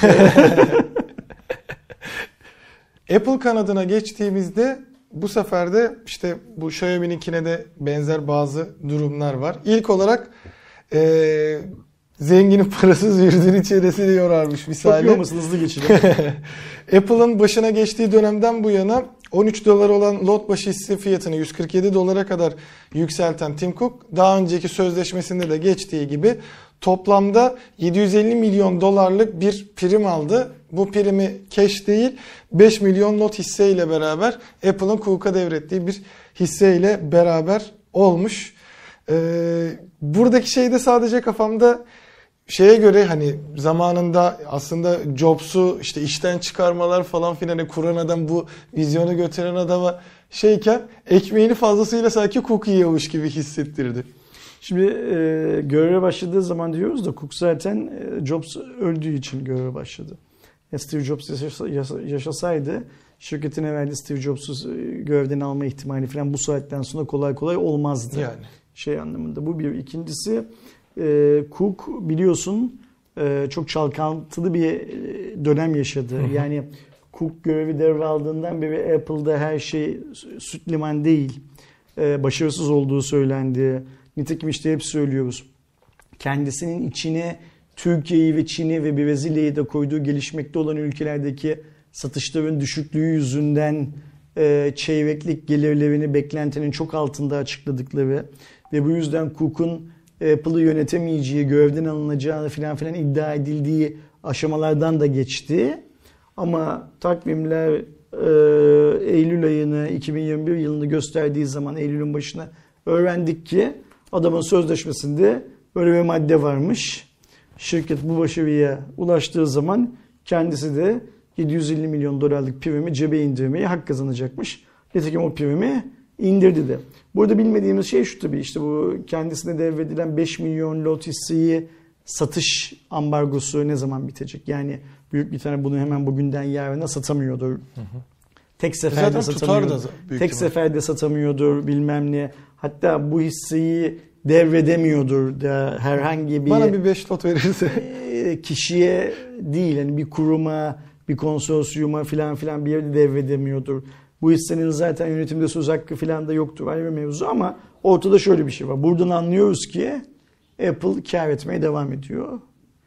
Apple kanadına geçtiğimizde bu sefer de işte bu Xiaomi'ninkine de benzer bazı durumlar var. İlk olarak zenginin parasız yurdun içerisini yorarmış misali. Bakıyor musun? Hızlı geçelim. Apple'ın başına geçtiği dönemden bu yana 13 dolar olan lot başı hisse fiyatını 147 dolara kadar yükselten Tim Cook daha önceki sözleşmesinde de geçtiği gibi toplamda 750 milyon dolarlık bir prim aldı. Bu primi cash değil 5 milyon lot hisseyle beraber Apple'ın Cook'a devrettiği bir hisseyle beraber olmuş. Buradaki şey de sadece kafamda şeye göre hani zamanında aslında Jobs'u işte işten çıkarmalar falan filan hani kuran adam bu vizyonu götüren adama şeyken ekmeğini fazlasıyla sanki Cook yiyormuş gibi hissettirdi. Şimdi göreve başladığı zaman diyoruz da Cook zaten Jobs öldüğü için göreve başladı. Steve Jobs yaşasaydı şirketine verdiği Steve Jobs'u görevden alma ihtimali falan bu saatten sonra kolay kolay olmazdı. Yani. Şey anlamında. Bu bir. İkincisi Cook biliyorsun çok çalkantılı bir dönem yaşadı. Yani Cook görevi devraldığından beri Apple'da her şey süt liman değil. Başarısız olduğu söylendi. Nitekim işte hep söylüyoruz. Kendisinin içine Türkiye'yi ve Çin'i ve Brezilya'yı da koyduğu gelişmekte olan ülkelerdeki satışların düşüklüğü yüzünden çeyreklik gelirlerini beklentinin çok altında açıkladıkları ve bu yüzden Cook'un Apple'ı yönetemeyeceği, görevden alınacağı filan iddia edildiği aşamalardan da geçti. Ama takvimler Eylül ayını 2021 yılını gösterdiği zaman Eylül'ün başına öğrendik ki adamın sözleşmesinde böyle bir madde varmış. Şirket bu başarıya ulaştığı zaman kendisi de 750 milyon dolarlık primi cebe indirmeye hak kazanacakmış. Nitekim o primi indirdi de. Burada bilmediğimiz şey şu tabii işte bu kendisine devredilen 5 milyon lot hisseyi satış ambargosu ne zaman bitecek? Yani Büyük Britanya bunu hemen bugünden yarına satamıyordu. tek seferde Zaten satamıyordur. tutar da büyük Tek ihtimal. seferde satamıyordur bilmem ne. Hatta bu hisseyi devredemiyordur da herhangi bir Bana bir 5 lot verirse. kişiye değil, yani bir kuruma, bir konsorsiyuma filan bir yerde devredemiyordur. Bu hissenin zaten yönetimde söz hakkı filan da yoktur, ayrı bir mevzu, ama ortada şöyle bir şey var. Buradan anlıyoruz ki Apple kâr etmeye devam ediyor.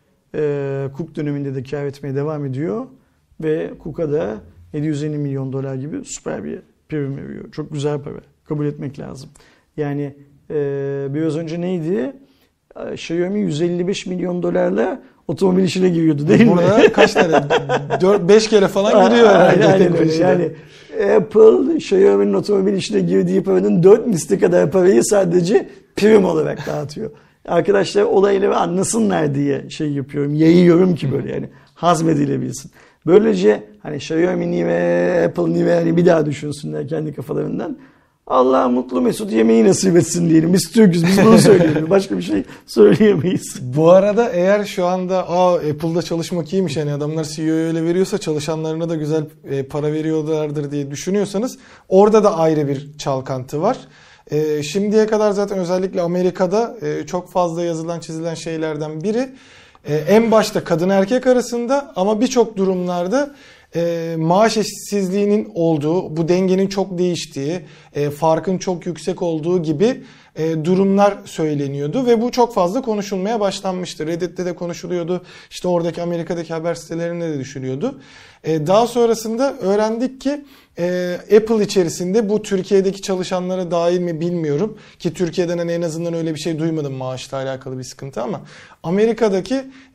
Cook döneminde de kâr etmeye devam ediyor ve Cook'a da 750 milyon dolar gibi süper bir prim veriyor. Çok güzel para. Kabul etmek lazım. Yani biraz önce neydi? Xiaomi 155 milyon dolarla otomobil işine giriyordu değil mi? Burada kaç tane? 4-5 kere falan giriyor herhalde. Aynen öyle. Yani Apple Xiaomi'nin otomobil işine girdiği paranın 4 misli kadar parayı sadece prim olarak dağıtıyor. Arkadaşlar olayları anlasınlar diye şey yapıyorum. Yayıyorum ki böyle, yani hazmedilebilsin. Böylece hani Xiaomi niye ve Apple niye yani bir daha düşünsünler kendi kafalarından. Allah mutlu mesut yemeği nasip etsin diyelim. Biz Türk'üz, biz bunu söyleyelim. Başka bir şey söyleyemeyiz. Bu arada eğer şu anda Apple'da çalışmak iyiymiş, yani adamlar CEO'ya öyle veriyorsa çalışanlarına da güzel para veriyorlardır diye düşünüyorsanız, orada da ayrı bir çalkantı var. Şimdiye kadar zaten özellikle Amerika'da çok fazla yazılan çizilen şeylerden biri en başta kadın erkek arasında, ama birçok durumlarda maaş eşitsizliğinin olduğu, bu dengenin çok değiştiği, farkın çok yüksek olduğu gibi durumlar söyleniyordu ve bu çok fazla konuşulmaya başlanmıştı. Reddit'te de konuşuluyordu. İşte oradaki Amerika'daki haber sitelerinde de düşülüyordu. Daha sonrasında öğrendik ki Apple içerisinde, bu Türkiye'deki çalışanlara dahil mi bilmiyorum ki Türkiye'den hani en azından öyle bir şey duymadım maaşla alakalı bir sıkıntı, ama Amerika'daki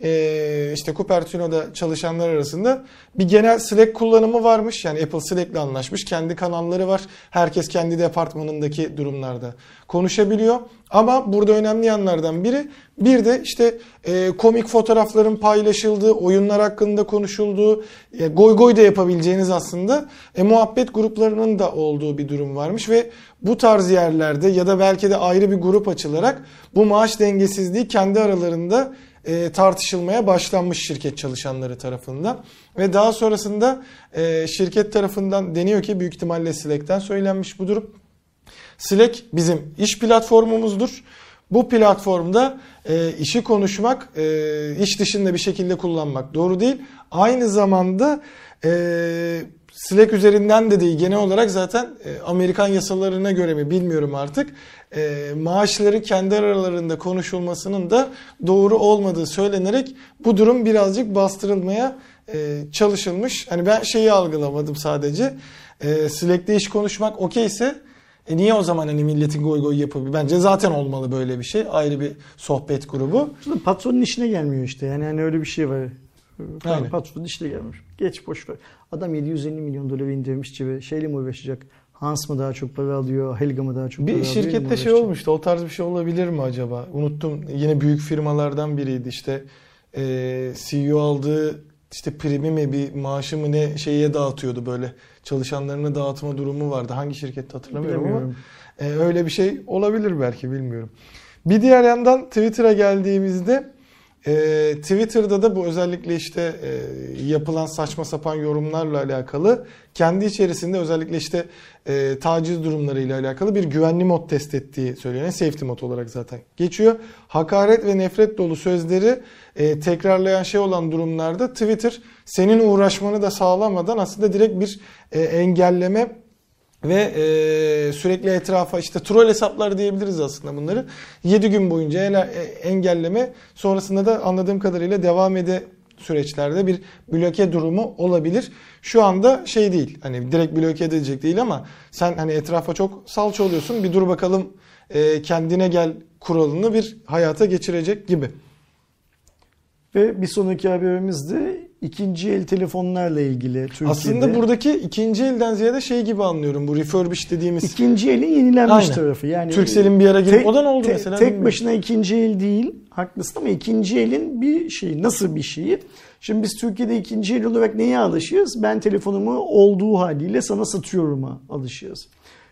işte Cupertino'da çalışanlar arasında bir genel Slack kullanımı varmış. Yani Apple Slack'le anlaşmış. Kendi kanalları var. Herkes kendi departmanındaki durumlarda konuşabiliyor. Ama burada önemli yanlardan biri, bir de işte komik fotoğrafların paylaşıldığı, oyunlar hakkında konuşulduğu, goy goy da yapabileceğiniz aslında muhabbet gruplarının da olduğu bir durum varmış ve bu tarz yerlerde ya da belki de ayrı bir grup açılarak bu maaş dengesizliği kendi aralarında tartışılmaya başlanmış şirket çalışanları tarafından. Ve daha sonrasında şirket tarafından deniyor ki, büyük ihtimalle Slack'ten söylenmiş bu durum. Slack bizim iş platformumuzdur. Bu platformda işi konuşmak, iş dışında bir şekilde kullanmak doğru değil. Aynı zamanda Slack üzerinden de değil, genel olarak zaten Amerikan yasalarına göre mi bilmiyorum artık, maaşları kendi aralarında konuşulmasının da doğru olmadığı söylenerek bu durum birazcık bastırılmaya çalışılmış. Hani ben şeyi algılamadım sadece. Slack'te iş konuşmak okeyse niye o zaman hani milletin goy goy yapabilir? Bence zaten olmalı böyle bir şey. Ayrı bir sohbet grubu. Patronun işine gelmiyor işte. Yani hani öyle bir şey var. Aynen. Patronun işine gelmiş. Geç, boş ver. Adam 750 milyon dolar indirmiş cibe. Şeyle mi uğraşacak? Hans mı daha çok para alıyor? Helga mı daha çok para Bir alıyor? şirkette şey olmuştu. O tarz bir şey olabilir mi acaba? Unuttum. Yine büyük firmalardan biriydi. İşte CEO aldığı işte primi mi, bir maaşı mı ne şeye dağıtıyordu böyle. Çalışanlarına dağıtma durumu vardı. Hangi şirkette hatırlamıyorum ama öyle bir şey olabilir belki, bilmiyorum. Bir diğer yandan Twitter'a geldiğimizde Twitter'da da bu özellikle işte yapılan saçma sapan yorumlarla alakalı kendi içerisinde özellikle işte taciz durumlarıyla alakalı bir güvenli mod test ettiği söyleniyor. Safety mod olarak zaten geçiyor. Hakaret ve nefret dolu sözleri tekrarlayan şey olan durumlarda Twitter senin uğraşmanı da sağlamadan aslında direkt bir engelleme ve sürekli etrafa işte troll hesaplar diyebiliriz aslında bunları. 7 gün boyunca engelleme, sonrasında da anladığım kadarıyla devam süreçlerde bir bloke durumu olabilir. Şu anda şey değil, hani direkt bloke edilecek değil, ama sen hani etrafa çok salça oluyorsun, bir dur bakalım kendine gel kuralını bir hayata geçirecek gibi. Ve bir sonraki haberimiz de ikinci el telefonlarla ilgili Türkiye'de. Aslında buradaki ikinci elden ziyade şey gibi anlıyorum, bu refurbish dediğimiz. İkinci elin yenilenmiş Aynen. tarafı. Yani Turkcell'in bir ara girip o da ne oldu mesela? Tek başına ikinci el değil, haklısın, ama ikinci elin bir şeyi, nasıl bir şeyi? Şimdi biz Türkiye'de ikinci el olarak neye alışığız? Ben telefonumu olduğu haliyle sana satıyorum'a alışığız.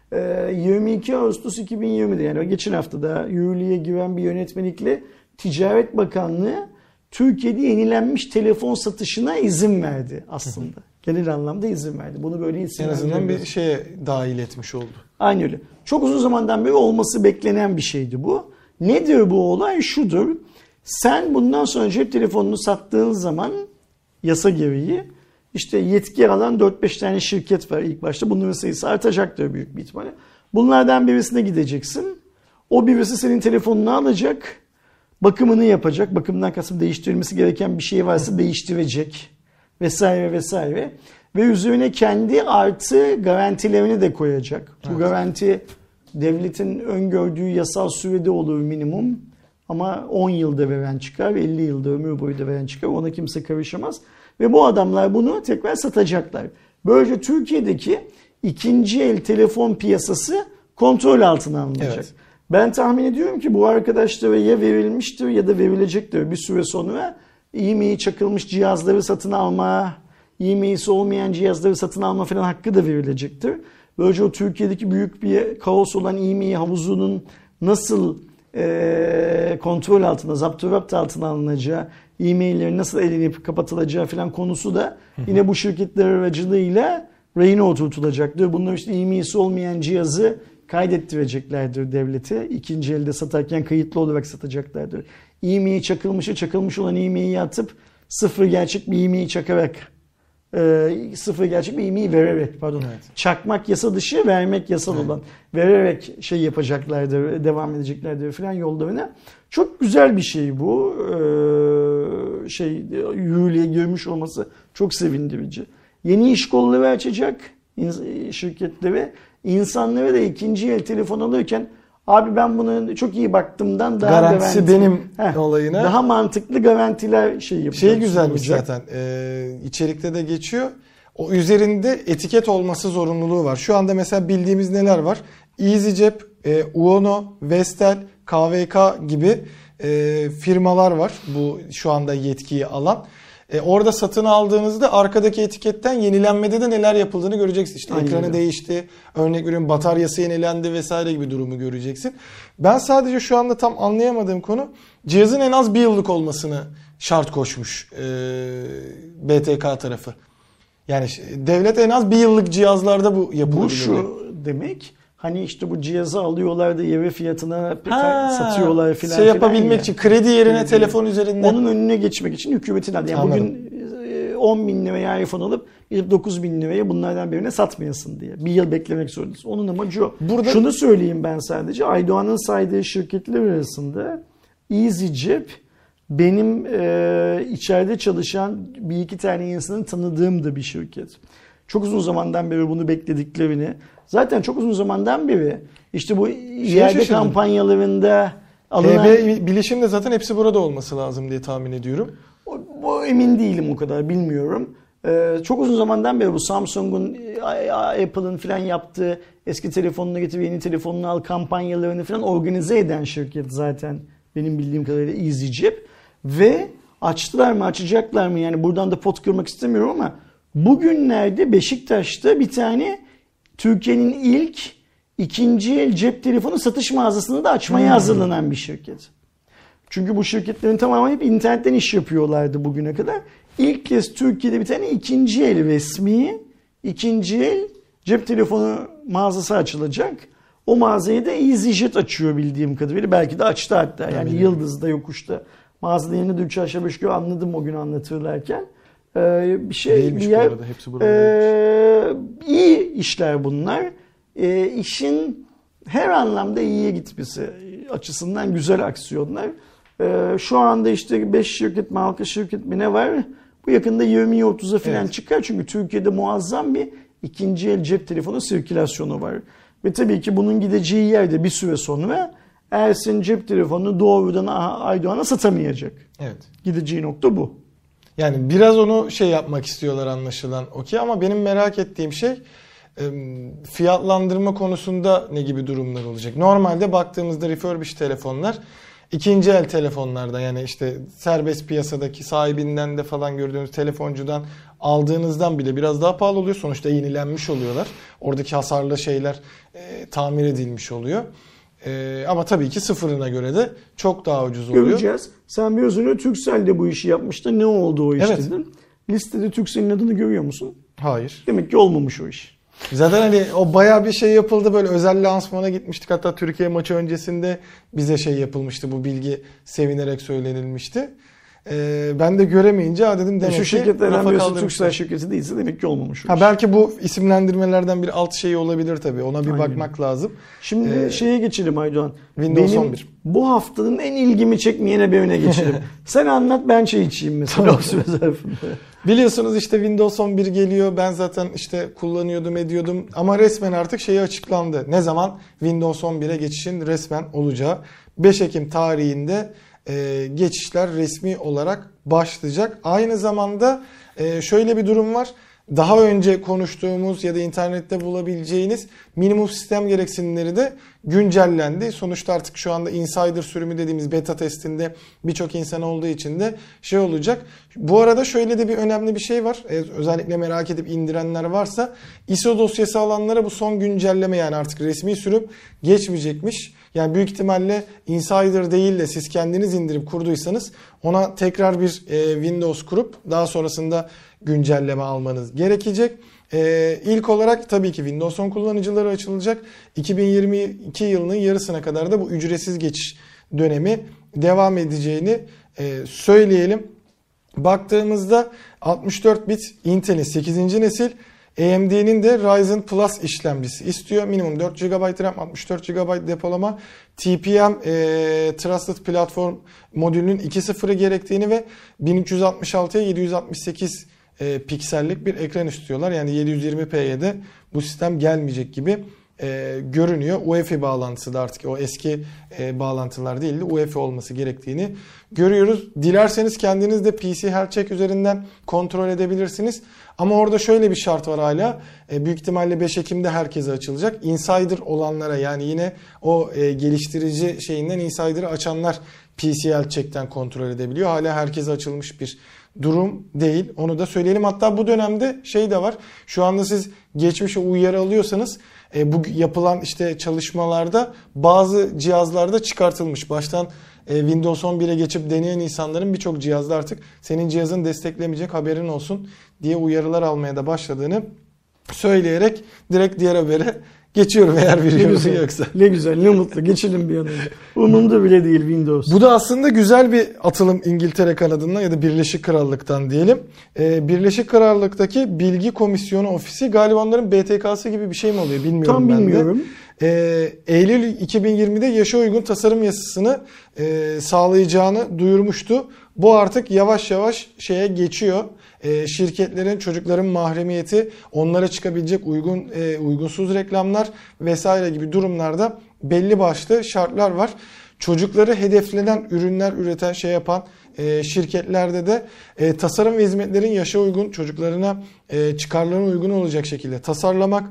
22 Ağustos 2020'de, yani geçen haftada yürürlüğe giren bir yönetmelikle Ticaret Bakanlığı Türkiye'de yenilenmiş telefon satışına izin verdi aslında. genel anlamda izin verdi. Bunu böyle En isimlendiremiyoruz. azından bir şeye dahil etmiş oldu. Aynen öyle. Çok uzun zamandan beri olması beklenen bir şeydi bu. Nedir bu olay? Şudur. Sen bundan sonra cep telefonunu sattığın zaman yasa gereği işte yetki alan 4-5 tane şirket var ilk başta. Bunların sayısı artacaktır büyük bir ihtimalle. Bunlardan birisine gideceksin. O birisi senin telefonunu alacak. Bakımını yapacak. Bakımdan kastım değiştirilmesi gereken bir şey varsa değiştirecek. Vesaire vesaire. Ve üzerine kendi artı garantilerini de koyacak. Bu garanti devletin öngördüğü yasal sürede olur minimum. Ama 10 yılda veren çıkar, 50 yılda ömür boyu da veren çıkar. Ona kimse karışamaz. Ve bu adamlar bunu tekrar satacaklar. Böylece Türkiye'deki ikinci el telefon piyasası kontrol altına alınacak. Evet. Ben tahmin ediyorum ki bu arkadaşlara ya verilmiştir ya da verilecektir bir süre sonra. İyi çakılmış cihazları satın alma, iyi olmayan cihazları satın alma falan hakkı da verilecektir. Böylece o Türkiye'deki büyük bir kaos olan iyi havuzunun nasıl kontrol altına, zapturapt altına alınacağı, e-maillerin nasıl elenip kapatılacağı falan konusu da yine bu şirketler aracılığıyla rayına oturtulacaktır. Bunlar işte e-mail'si olmayan cihazı kaydettireceklerdir devlete. İkinci elde satarken kayıtlı olarak satacaklardır. E-mail çakılmış olan e-mail'i atıp sıfır gerçek bir e-mail çakarak sıfır gerçek bir e-mail vererek pardon. Evet. Çakmak yasa dışı, vermek yasal olan. Vererek şey yapacaklardır, devam edeceklerdir falan yollarına. Çok güzel bir şey bu. Yürürlüğe girmiş olması çok sevindirici. Yeni iş kolları açacak şirketlere. İnsanlara da ikinci el telefon alırken abi ben bunu çok iyi baktımdan daha garantisi benim olayına. Daha mantıklı garantiler yapacak. Şey güzelmiş zaten. İçerikte de geçiyor. O üzerinde etiket olması zorunluluğu var. Şu anda mesela bildiğimiz neler var? EasyCep, Uono, Vestel, KVK gibi firmalar var. Bu şu anda yetkiyi alan. Orada satın aldığınızda arkadaki etiketten yenilenmede de neler yapıldığını göreceksin. İşte aynen ekranı öyle. Değişti, örnek veriyorum bataryası yenilendi vesaire gibi durumu göreceksin. Ben sadece şu anda tam anlayamadığım konu cihazın en az bir yıllık olmasını şart koşmuş BTK tarafı. Yani devlet en az bir yıllık cihazlarda bu yapılabilir. Bu şu demek. Hani işte bu cihazı alıyorlar da yarı fiyatına satıyorlar filan. Şey yapabilmek ya. için kredi yerine telefon üzerinden. Onun önüne geçmek için hükümetin adı. Yani bugün 10 bin liraya iPhone alıp 9 bin liraya bunlardan birine satmayasın diye. Bir yıl beklemek zorundasın. Onun amacı o. Burada... Şunu söyleyeyim ben sadece. Aydoğan'ın saydığı şirketler arasında EasyCep benim içeride çalışan bir iki tane insanın tanıdığım da bir şirket. Çok uzun zamandan beri bunu beklediklerini, zaten çok uzun zamandan beri işte bu iade kampanyalarında alınan... HB bilişim de zaten hepsi burada olması lazım diye tahmin ediyorum. O emin değilim o kadar, bilmiyorum. Çok uzun zamandan beri bu Samsung'un, Apple'ın falan yaptığı eski telefonunu getir, yeni telefonunu al kampanyalarını falan organize eden şirket zaten benim bildiğim kadarıyla EasyCep. Ve açtılar mı, açacaklar mı? Yani buradan da pot kırmak istemiyorum ama bugünlerde Beşiktaş'ta bir tane Türkiye'nin ilk ikinci el cep telefonu satış mağazasını da açmaya hazırlanan bir şirket. Çünkü bu şirketlerin tamamı hep internetten iş yapıyorlardı bugüne kadar. İlk kez Türkiye'de bir tane ikinci el resmi, ikinci el cep telefonu mağazası açılacak. O mağazayı da EasyJet açıyor bildiğim kadarıyla. Belki de açtı hatta. Yani Yıldız'da, Yokuş'ta. Mağazanın yerine de 3 aşağı 5 yukarı anladım o gün anlatırlarken. Bir şey değilmiş bir yer, bu arada. Hepsi burada iyi işler bunlar. İşin her anlamda iyiye gitmesi açısından güzel aksiyonlar. Şu anda işte 5 şirket, marka şirket mi ne var? Bu yakında 20'ye 30'a falan çıkar. Çünkü Türkiye'de muazzam bir ikinci el cep telefonu sirkülasyonu var. Ve tabii ki bunun gideceği yerde bir süre sonra Ersin cep telefonunu doğrudan Aydoğan'a satamayacak. Evet. Gideceği nokta bu. Yani biraz onu yapmak istiyorlar anlaşılan okey, ama benim merak ettiğim şey fiyatlandırma konusunda ne gibi durumlar olacak? Normalde baktığımızda refurbished telefonlar ikinci el telefonlarda, yani işte serbest piyasadaki sahibinden de falan gördüğünüz telefoncudan aldığınızdan bile biraz daha pahalı oluyor. Sonuçta yenilenmiş oluyorlar. Oradaki hasarlı şeyler tamir edilmiş oluyor. Ama tabii ki sıfırına göre de çok daha ucuz oluyor. Göreceğiz. Sen biraz önce Turkcell'de bu işi yapmıştın. Ne oldu o iş dedin? Listede Turkcell'in adını görüyor musun? Hayır. Demek ki olmamış o iş. Zaten hani o bayağı bir şey yapıldı, böyle özel lansmana gitmiştik. Hatta Türkiye maçı öncesinde bize şey yapılmıştı, bu bilgi sevinerek söylenilmişti. Ben de göremeyince dedim demek şu ki şirketlerden rafa birisi kaldırmışlar. Turkcell şirketi değilse demek ki olmamış o Ha, iş. belki bu isimlendirmelerden bir alt şeyi olabilir tabii. Ona bir Aynen. bakmak lazım. Şimdi şeye geçelim Aydoğan. Windows Benim 11. bu haftanın en ilgimi çekmeyen haberine geçelim. Sen anlat, ben çay içeyim mesela o süre zarfında. Biliyorsunuz işte Windows 11 geliyor. Ben zaten işte kullanıyordum, ediyordum. Ama resmen artık şeyi açıklandı. Ne zaman Windows 11'e geçişin resmen olacağı. 5 Ekim tarihinde geçişler resmi olarak başlayacak. Aynı zamanda şöyle bir durum var. Daha önce konuştuğumuz ya da internette bulabileceğiniz minimum sistem gereksinimleri de güncellendi. Sonuçta artık şu anda insider sürümü dediğimiz beta testinde birçok insan olduğu için de şey olacak. Bu arada şöyle de bir önemli bir şey var. Özellikle merak edip indirenler varsa, ISO dosyası alanlara bu son güncelleme, yani artık resmi sürüm geçmeyecekmiş. Yani büyük ihtimalle insider değil de siz kendiniz indirip kurduysanız ona tekrar bir Windows kurup daha sonrasında güncelleme almanız gerekecek. İlk olarak tabii ki Windows 10 kullanıcıları açılacak. 2022 yılının yarısına kadar da bu ücretsiz geçiş dönemi devam edeceğini söyleyelim. Baktığımızda 64 bit Intel'in 8. nesil, AMD'nin de Ryzen Plus işlemcisi istiyor. Minimum 4 GB RAM, 64 GB depolama, TPM Trusted Platform modülünün 2.0'ı gerektiğini ve 1366'ya 768 piksellik bir ekran istiyorlar. Yani 720p'ye de bu sistem gelmeyecek gibi görünüyor. UEFI bağlantısı da artık o eski bağlantılar değil de UEFI olması gerektiğini görüyoruz. Dilerseniz kendiniz de PC Health Check üzerinden kontrol edebilirsiniz. Ama orada şöyle bir şart var hala. Büyük ihtimalle 5 Ekim'de herkese açılacak. Insider olanlara, yani yine o geliştirici şeyinden insider'ı açanlar PC Health Check'ten kontrol edebiliyor. Hala herkese açılmış bir durum değil. Onu da söyleyelim. Hatta bu dönemde şey de var. Şu anda siz geçmişe uyarı alıyorsanız bu yapılan işte çalışmalarda bazı cihazlarda çıkartılmış. Baştan Windows 11'e geçip deneyen insanların birçok cihazda artık senin cihazın desteklemeyecek, haberin olsun diye uyarılar almaya da başladığını söyleyerek direkt diğer habere geçiyorum eğer bir yorumu yoksa. Ne güzel, ne mutlu. Geçelim bir an önce. Umurumda bile değil Windows. Bu da aslında güzel bir atılım İngiltere kanadından ya da Birleşik Krallık'tan diyelim. Birleşik Krallık'taki Bilgi Komisyonu Ofisi, galiba onların BTK'sı gibi bir şey mi oluyor bilmiyorum. Tam bilmiyorum. Eylül 2020'de yaşa uygun tasarım yasasını sağlayacağını duyurmuştu. Bu artık yavaş yavaş şeye geçiyor. Şirketlerin, çocukların mahremiyeti, onlara çıkabilecek uygunsuz reklamlar vesaire gibi durumlarda belli başlı şartlar var. Çocukları hedeflenen ürünler üreten, şey yapan şirketlerde de tasarım ve hizmetlerin yaşa uygun, çocuklarına çıkarlarına uygun olacak şekilde tasarlamak,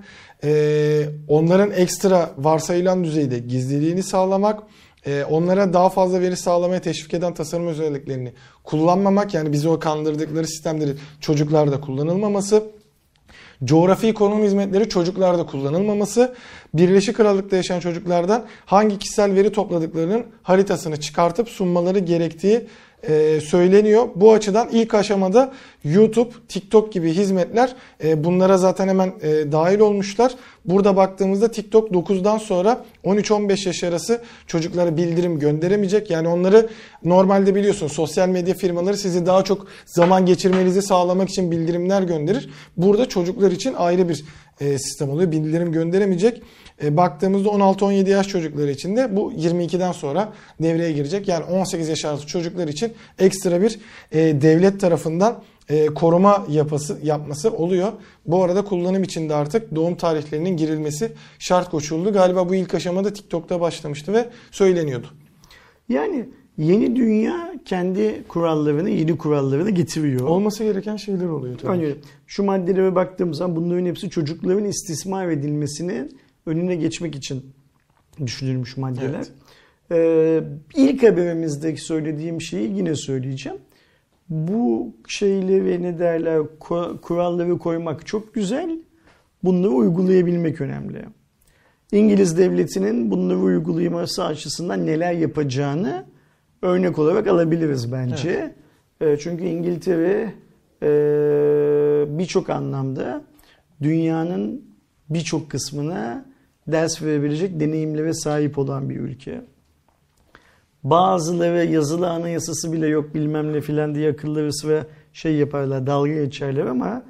onların ekstra varsayılan düzeyde gizliliğini sağlamak, onlara daha fazla veri sağlamaya teşvik eden tasarım özelliklerini kullanmamak, yani bizi o kandırdıkları sistemleri çocuklarda kullanılmaması, coğrafi konum hizmetleri çocuklarda kullanılmaması, Birleşik Krallık'ta yaşayan çocuklardan hangi kişisel veri topladıklarının haritasını çıkartıp sunmaları gerektiği söyleniyor. Bu açıdan ilk aşamada YouTube, TikTok gibi hizmetler bunlara zaten hemen dahil olmuşlar. Burada baktığımızda TikTok 9'dan sonra 13-15 yaş arası çocuklara bildirim gönderemeyecek. Yani onları normalde biliyorsun sosyal medya firmaları sizi daha çok zaman geçirmenizi sağlamak için bildirimler gönderir. Burada çocuklar için ayrı bir sistem oluyor. Bildirim gönderemeyecek. Baktığımızda 16-17 yaş çocukları için de bu 22'den sonra devreye girecek. Yani 18 yaş arası çocuklar için ekstra bir devlet tarafından koruma yapması oluyor. Bu arada kullanım için de artık doğum tarihlerinin girilmesi şart koşuldu. Galiba bu ilk aşamada TikTok'ta başlamıştı ve söyleniyordu. Yani yeni dünya kendi kurallarını, yeni kurallarını getiriyor. Olması gereken şeyler oluyor tabii. Öyle. Şu maddelere baktığımız zaman bunların hepsi çocukların istismar edilmesinin önüne geçmek için düşünülmüş maddeler. Evet. İlk haberimizdeki söylediğim şeyi yine söyleyeceğim. Bu şeyleri ne derler, kuralları koymak çok güzel. Bunları uygulayabilmek önemli. İngiliz devletinin bunları uygulaması açısından neler yapacağını örnek olarak alabiliriz bence. Evet. Çünkü İngiltere birçok anlamda dünyanın birçok kısmına ders verebilecek deneyimlere sahip olan bir ülke. Bazıları yazılı anayasası bile yok bilmem ne filan diye akılları sıra şey yaparlar, dalga geçerler ama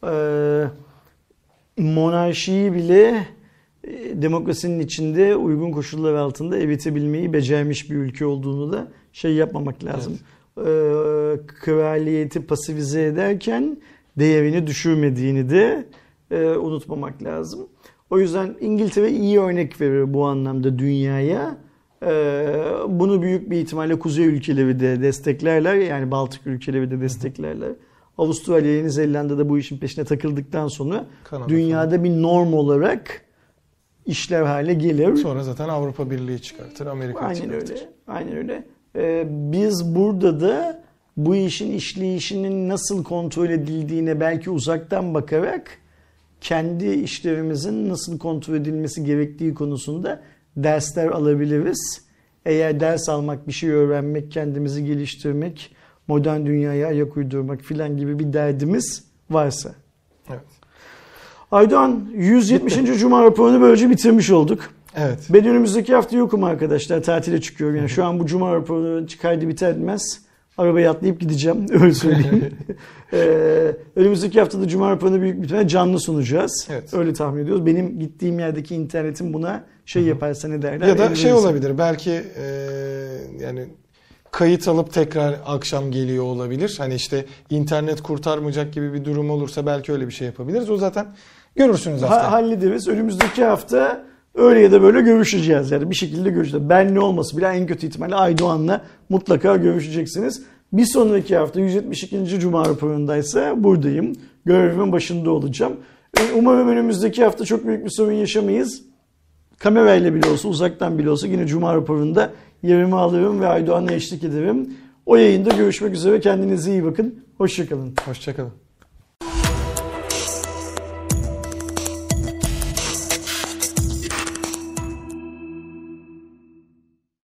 monarşiyi bile demokrasinin içinde uygun koşullar altında eritebilmeyi becermiş bir ülke olduğunu da şey yapmamak lazım. Evet. Kraliyeti pasifize ederken değerini düşürmediğini de unutmamak lazım. O yüzden İngiltere iyi örnek verir bu anlamda dünyaya. Bunu büyük bir ihtimalle kuzey ülkeleri de desteklerler. Yani Baltık ülkeleri de desteklerler. Avustralya, Yeni Zelanda da bu işin peşine takıldıktan sonra Kanada dünyada falan bir norm olarak işler hale gelir. Sonra zaten Avrupa Birliği çıkartır, Amerika çıkartır. Aynen öyle. Biz burada da bu işin işleyişinin nasıl kontrol edildiğine belki uzaktan bakarak kendi işlerimizin nasıl kontrol edilmesi gerektiği konusunda dersler alabiliriz. Eğer ders almak, bir şey öğrenmek, kendimizi geliştirmek, modern dünyaya ayak uydurmak filan gibi bir derdimiz varsa. Evet. Aydoğan 170. Cuma raporunu böylece bitirmiş olduk. Evet. Ben önümüzdeki hafta yokum arkadaşlar. Tatile çıkıyorum. Yani şu an bu Cuma raporu kaydı biter bitmez arabaya atlayıp gideceğim. Öyle söyleyeyim. Önümüzdeki haftada Cuma raporunu büyük bir ihtimalle canlı sunacağız. Evet. Öyle tahmin ediyoruz. Benim gittiğim yerdeki internetim buna şey yaparsa ne derler? Ya da şey olabilir. Belki yani kayıt alıp tekrar akşam geliyor olabilir. Hani işte internet kurtarmayacak gibi bir durum olursa belki öyle bir şey yapabiliriz. O zaten görürsünüz haftaya. Hallederiz. Önümüzdeki hafta öyle ya da böyle görüşeceğiz. Yani bir şekilde görüşeceğiz. Ben ne olması bile en kötü ihtimalle Aydoğan'la mutlaka görüşeceksiniz. Bir sonraki hafta 172. Cuma raporundaysa buradayım. Görevimin başında olacağım. Umarım önümüzdeki hafta çok büyük bir sorun yaşamayız. Kamerayla bile olsa, uzaktan bile olsa yine Cuma raporunda yerimi alırım ve Aydoğan'la eşlik ederim. O yayında görüşmek üzere. Kendinize iyi bakın. Hoşça kalın. Hoşça kalın.